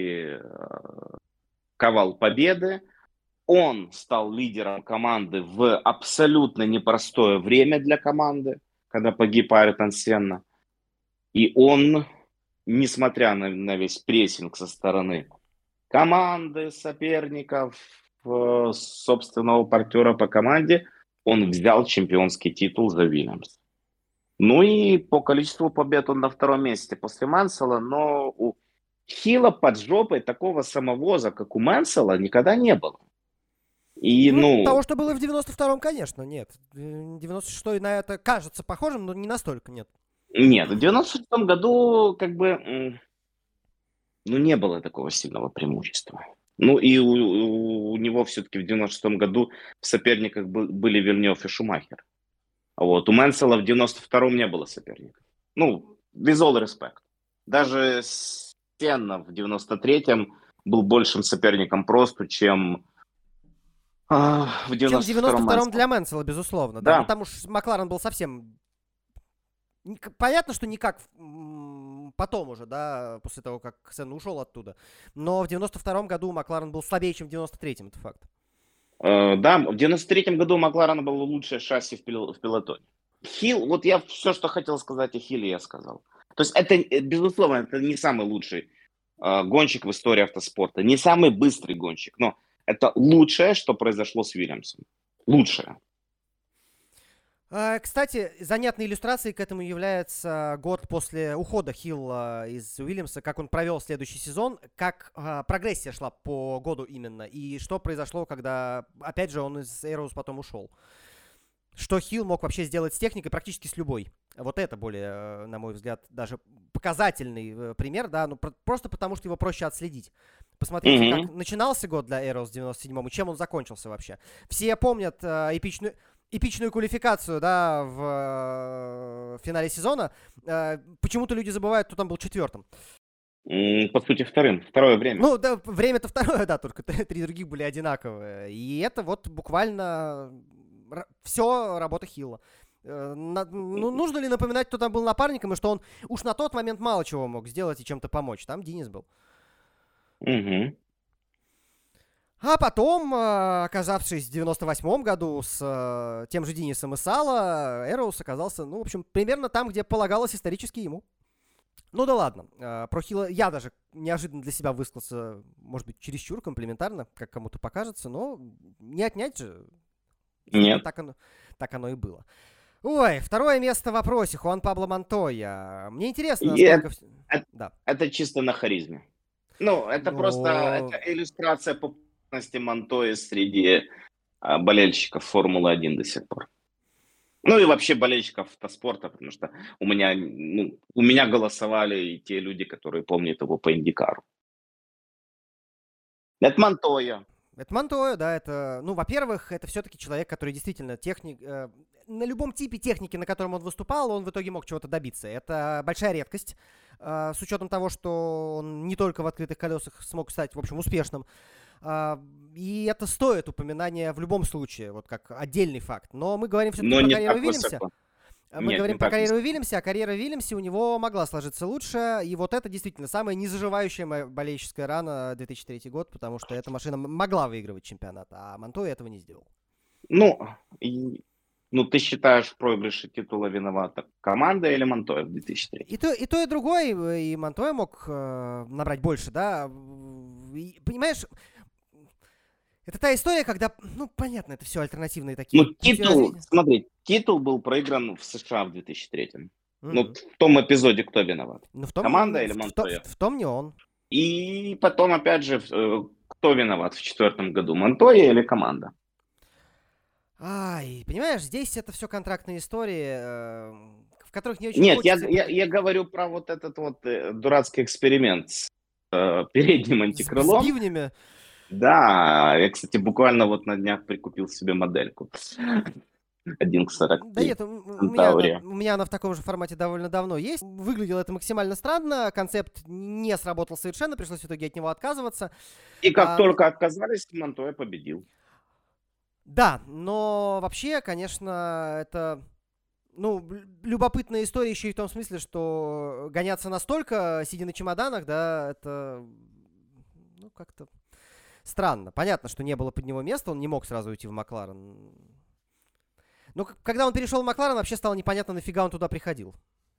[SPEAKER 5] ковал победы, он стал лидером команды в абсолютно непростое время для команды, когда погиб Айртон Сенна, и он, несмотря на весь прессинг со стороны команды, соперников, собственного партнера по команде, он взял чемпионский титул за Вильямс. Ну и по количеству побед он на 2-м месте после Мэнсела, но у Хилла под жопой такого самовоза, как у Мэнсела, никогда не было. И,
[SPEAKER 3] Того, что было в 92-м, конечно, нет. 96-й на это кажется похожим, но не настолько, нет.
[SPEAKER 5] Нет, в 96-м году как бы не было такого сильного преимущества. Ну и у него все-таки в 96-м году в соперниках были Вильнёв и Шумахер. Вот. У Мэнсела в 92-м не было соперников. Ну, with all respect. Даже Сенна в 93-м был большим соперником просто, чем в 92-м.
[SPEAKER 3] Чем в 92-м для Мэнсела, безусловно. Да.
[SPEAKER 5] Да.
[SPEAKER 3] Ну, там уж Макларен был совсем... Понятно, что не как потом уже, да, после того, как Сенна ушел оттуда. Но в 92-м году Макларен был слабее, чем в 93-м, это факт.
[SPEAKER 5] Да, в 93-м году у Макларена было лучшее шасси в пилотоне. Хилл, вот я все, что хотел сказать о Хилле, я сказал. То есть это, безусловно, это не самый лучший гонщик в истории автоспорта, не самый быстрый гонщик, но это лучшее, что произошло с Вильямсом. Лучшее.
[SPEAKER 3] Кстати, занятной иллюстрацией к этому является год после ухода Хилла из Уильямса, как он провел следующий сезон, как прогрессия шла по году именно, и что произошло, когда, опять же, он из Эйроуз потом ушел. Что Хилл мог вообще сделать с техникой практически с любой. Вот это более, на мой взгляд, даже показательный пример, да, ну просто потому, что его проще отследить. Посмотрите, как начинался год для Эйроуз в 97-м и чем он закончился вообще. Все помнят эпичную эпичную квалификацию, да, в финале сезона, почему-то люди забывают, кто там был четвертым.
[SPEAKER 5] По сути, вторым. Второе время.
[SPEAKER 3] Ну, да, время-то второе, да, только три других были одинаковые. И это вот буквально все работа Хилла. Нужно ли напоминать, кто там был напарником, и что он уж на тот момент мало чего мог сделать и чем-то помочь. Там Денис был.
[SPEAKER 5] Угу.
[SPEAKER 3] А потом, оказавшись в 98-м году с тем же Денисом и Сало, Эроуз оказался, ну, в общем, примерно там, где полагалось исторически ему. Ну да ладно, про Хилла я даже неожиданно для себя высказался, может быть, чересчур комплиментарно, как кому-то покажется, но не отнять же.
[SPEAKER 5] Нет.
[SPEAKER 3] Так оно и было. Ой, второе место в вопросе. Хуан Пабло Монтойя. Мне интересно, насколько... Да.
[SPEAKER 5] Это чисто на харизме. Ну, это просто это иллюстрация популярности Монтойи среди болельщиков Формулы-1 до сих пор. Ну и вообще болельщиков автоспорта, потому что у меня голосовали и те люди, которые помнят его по Индикару. Это Монтойя.
[SPEAKER 3] Это Монтойя, да, это, ну, во-первых, это все-таки человек, который действительно на любом типе техники, на котором он выступал, он в итоге мог чего-то добиться. Это большая редкость, с учетом того, что он не только в открытых колесах смог стать, в общем, успешным. И это стоит упоминания в любом случае, вот как отдельный факт. Но мы говорим все-таки про карьеру Уильямса. Мы говорим про карьеру Уильямса, а карьера Уильямса у него могла сложиться лучше. И вот это действительно самая незаживающая моя болельческая рана 2003 год, потому что эта машина могла выигрывать чемпионат, а Монтойя этого не сделал.
[SPEAKER 5] Ну, ты считаешь, в проигрыше титула виновата команда или Монтойя в 2003?
[SPEAKER 3] И то, и другое. И Монтойя мог набрать больше, да. И, понимаешь, это та история, когда, ну, понятно, это все альтернативные такие.
[SPEAKER 5] Ну, титул был проигран в США в 2003. Ну, в том эпизоде кто виноват? Команда или Монтойя?
[SPEAKER 3] В том не он.
[SPEAKER 5] И потом, опять же, кто виноват в 2004 году? Монтойя или команда?
[SPEAKER 3] Ай, понимаешь, здесь это все контрактные истории, в которых не очень
[SPEAKER 5] Нет,
[SPEAKER 3] хочется...
[SPEAKER 5] я говорю про вот этот вот дурацкий эксперимент с передним антикрылом.
[SPEAKER 3] С бивнями.
[SPEAKER 5] Да, я, кстати, буквально вот на днях прикупил себе модельку. 1 к 40.
[SPEAKER 3] Да нет, у меня она в таком же формате довольно давно есть. Выглядело это максимально странно, концепт не сработал совершенно, пришлось в итоге от него отказываться.
[SPEAKER 5] И как только отказались, Монтойя победил.
[SPEAKER 3] Да, но вообще, конечно, это, ну, любопытная история еще и в том смысле, что гоняться настолько, сидя на чемоданах, да, это, ну, как-то странно. Понятно, что не было под него места, он не мог сразу уйти в Макларен. Но когда он перешел в Макларен, вообще стало непонятно, нафига он туда приходил.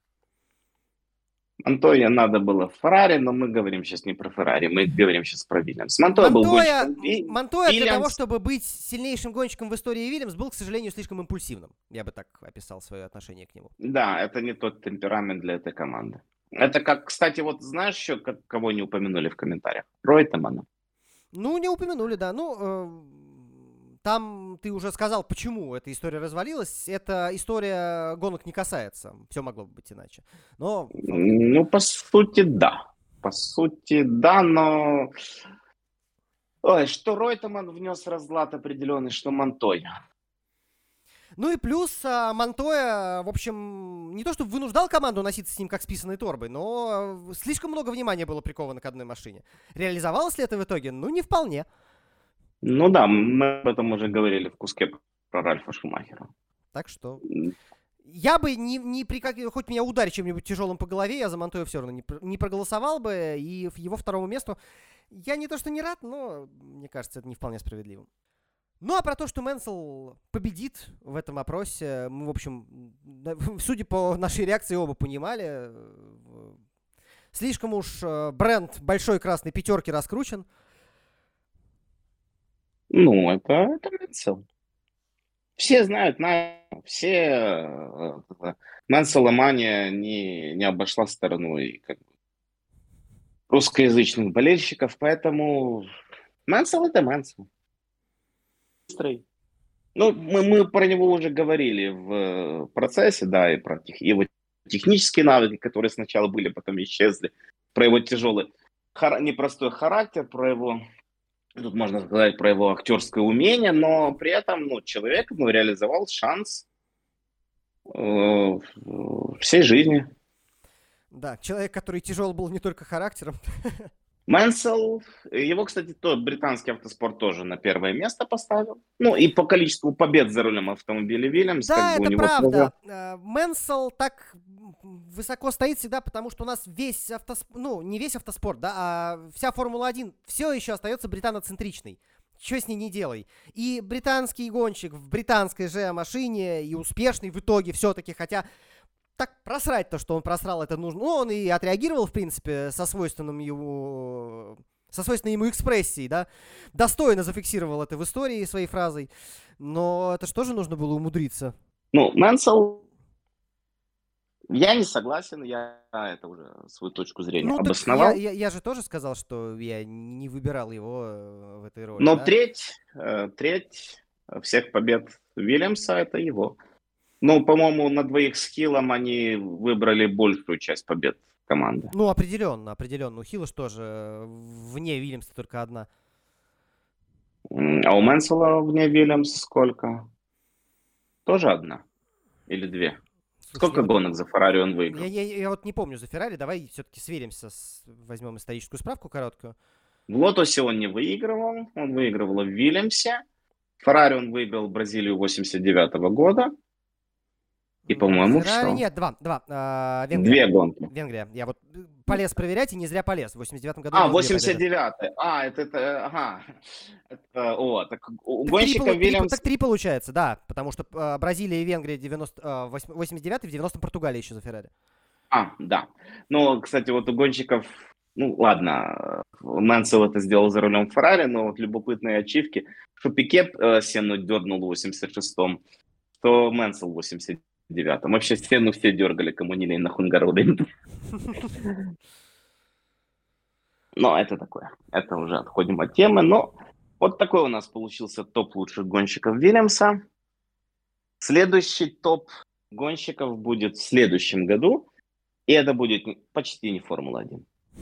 [SPEAKER 5] Монтойя надо было в Феррари, но мы говорим сейчас не про Феррари, мы говорим сейчас про Вильямс. Монтойя
[SPEAKER 3] для того, чтобы быть сильнейшим гонщиком в истории Вильямс, был, к сожалению, слишком импульсивным. Я бы так описал свое отношение к нему.
[SPEAKER 5] Да, это не тот темперамент для этой команды. Это как, кстати, вот знаешь еще, кого не упомянули в комментариях? Ройтемана.
[SPEAKER 3] Ну, не упомянули, да. Ну, там ты уже сказал, почему эта история развалилась. Эта история гонок не касается. Все могло бы быть иначе. Но...
[SPEAKER 5] Ну, по сути, да. По сути, да, но... Ой, что Ройтеман внес разлад определенный, что Монтойя.
[SPEAKER 3] Ну и плюс Монтойя, в общем, не то чтобы вынуждал команду носиться с ним как с писаной торбой, но слишком много внимания было приковано к одной машине. Реализовалось ли это в итоге? Ну, не вполне.
[SPEAKER 5] Ну да, мы об этом уже говорили в куске про Ральфа Шумахера.
[SPEAKER 3] Так что я бы хоть меня ударь чем-нибудь тяжелым по голове, я за Монтойя все равно не проголосовал бы, и его второму месту я не то что не рад, но мне кажется, это не вполне справедливым. Ну, а про то, что Мэнсел победит в этом опросе, мы, в общем, судя по нашей реакции, оба понимали. Слишком уж бренд большой красной пятерки раскручен.
[SPEAKER 5] Ну, это Мэнсел. Все знают, Мэнсела мания не обошла стороной как бы русскоязычных болельщиков, поэтому Мэнсел это Мэнсел. Ну, мы про него уже говорили в процессе, да, и про его технические навыки, которые сначала были, потом исчезли, про его тяжелый, непростой характер, про его Тут можно сказать про его актерское умение, но при этом человек реализовал шанс всей жизни.
[SPEAKER 3] Да, человек, который тяжел был не только характером.
[SPEAKER 5] Мэнсел, его, кстати, британский автоспорт тоже на первое место поставил. И по количеству побед за рулем автомобиля Вильямс,
[SPEAKER 3] Да,
[SPEAKER 5] у
[SPEAKER 3] это
[SPEAKER 5] него
[SPEAKER 3] правда.
[SPEAKER 5] тоже...
[SPEAKER 3] Мэнсел так высоко стоит всегда, потому что у нас весь автоспорт, не весь автоспорт, да, а вся Формула-1 все еще остается британоцентричной. Что с ней не делай. И британский гонщик в британской же машине, и успешный в итоге все-таки, хотя... Так просрать то, что он просрал, это нужно. Он и отреагировал, в принципе, со свойственной ему экспрессией, да. Достойно зафиксировал это в истории своей фразой. Но это же тоже нужно было умудриться.
[SPEAKER 5] Мэнсел, я не согласен, я это уже свою точку зрения обосновал.
[SPEAKER 3] Я же тоже сказал, что я не выбирал его в этой роли.
[SPEAKER 5] Но
[SPEAKER 3] да?
[SPEAKER 5] треть всех побед Вильямса это его. По-моему, на двоих с Хиллом они выбрали большую часть побед команды.
[SPEAKER 3] Определенно. У Хилла что же, вне Вильямса только одна.
[SPEAKER 5] А у Мэнсела вне Вильямс сколько? Тоже одна? Или две?
[SPEAKER 3] Слушай,
[SPEAKER 5] Сколько гонок за Феррари он выиграл?
[SPEAKER 3] Я вот не помню за Феррари. Давай все-таки сверимся, возьмем историческую справку короткую.
[SPEAKER 5] В Лотосе он не выигрывал. Он выигрывал в Вильямсе. Феррари он выиграл в Бразилию 89 года. И, по-моему,
[SPEAKER 3] Феррари
[SPEAKER 5] все.
[SPEAKER 3] нет, два. Венгрия.
[SPEAKER 5] Две гонки.
[SPEAKER 3] Венгрия. Я вот полез проверять и не зря полез. В 89-м году.
[SPEAKER 5] 89-й. Так у гонщика Вильямс...
[SPEAKER 3] Так три получается, да. Потому что Бразилия и Венгрия 89-й, в 90-м Португалия еще за Феррари.
[SPEAKER 5] Да. Кстати, вот у гонщиков... ладно, Мэнсел это сделал за рулем Феррари, но вот любопытные ачивки. Что Пике сену дернул в 86-м, то Мэнсел в 89-м. Вообще стену все дергали, кому не лень на Хунгарорингу. Но это такое. Это уже отходим от темы. Но вот такой у нас получился топ лучших гонщиков Вильямса. Следующий топ гонщиков будет в следующем году. И это будет почти не Формула-1.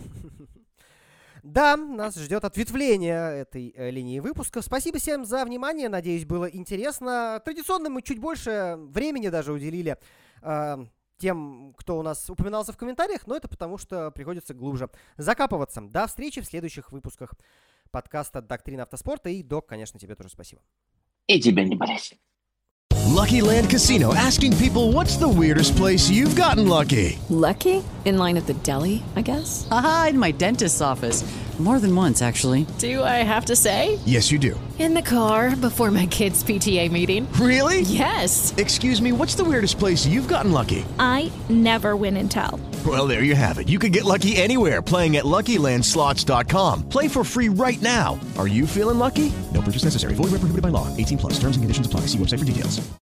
[SPEAKER 3] Да, нас ждет ответвление этой линии выпуска. Спасибо всем за внимание. Надеюсь, было интересно. Традиционно мы чуть больше времени даже уделили тем, кто у нас упоминался в комментариях, но это потому, что приходится глубже закапываться. До встречи в следующих выпусках подкаста «Доктрина автоспорта». И, Док, конечно, тебе тоже спасибо.
[SPEAKER 5] И тебе не борись.
[SPEAKER 6] Lucky Land Casino, asking people, what's the weirdest place you've gotten lucky?
[SPEAKER 7] Lucky? In line at the deli, I guess?
[SPEAKER 8] Aha, in my dentist's office. More than once, actually.
[SPEAKER 7] Do I have to say?
[SPEAKER 6] Yes, you do.
[SPEAKER 7] In the car before my kids' PTA meeting.
[SPEAKER 6] Really?
[SPEAKER 7] Yes.
[SPEAKER 6] Excuse me, what's the weirdest place you've gotten lucky?
[SPEAKER 9] I never win and tell.
[SPEAKER 6] Well, there you have it. You can get lucky anywhere, playing at LuckyLandSlots.com. Play for free right now. Are you feeling lucky? No purchase necessary. Void where prohibited by law. 18+. Terms and conditions apply. See website for details.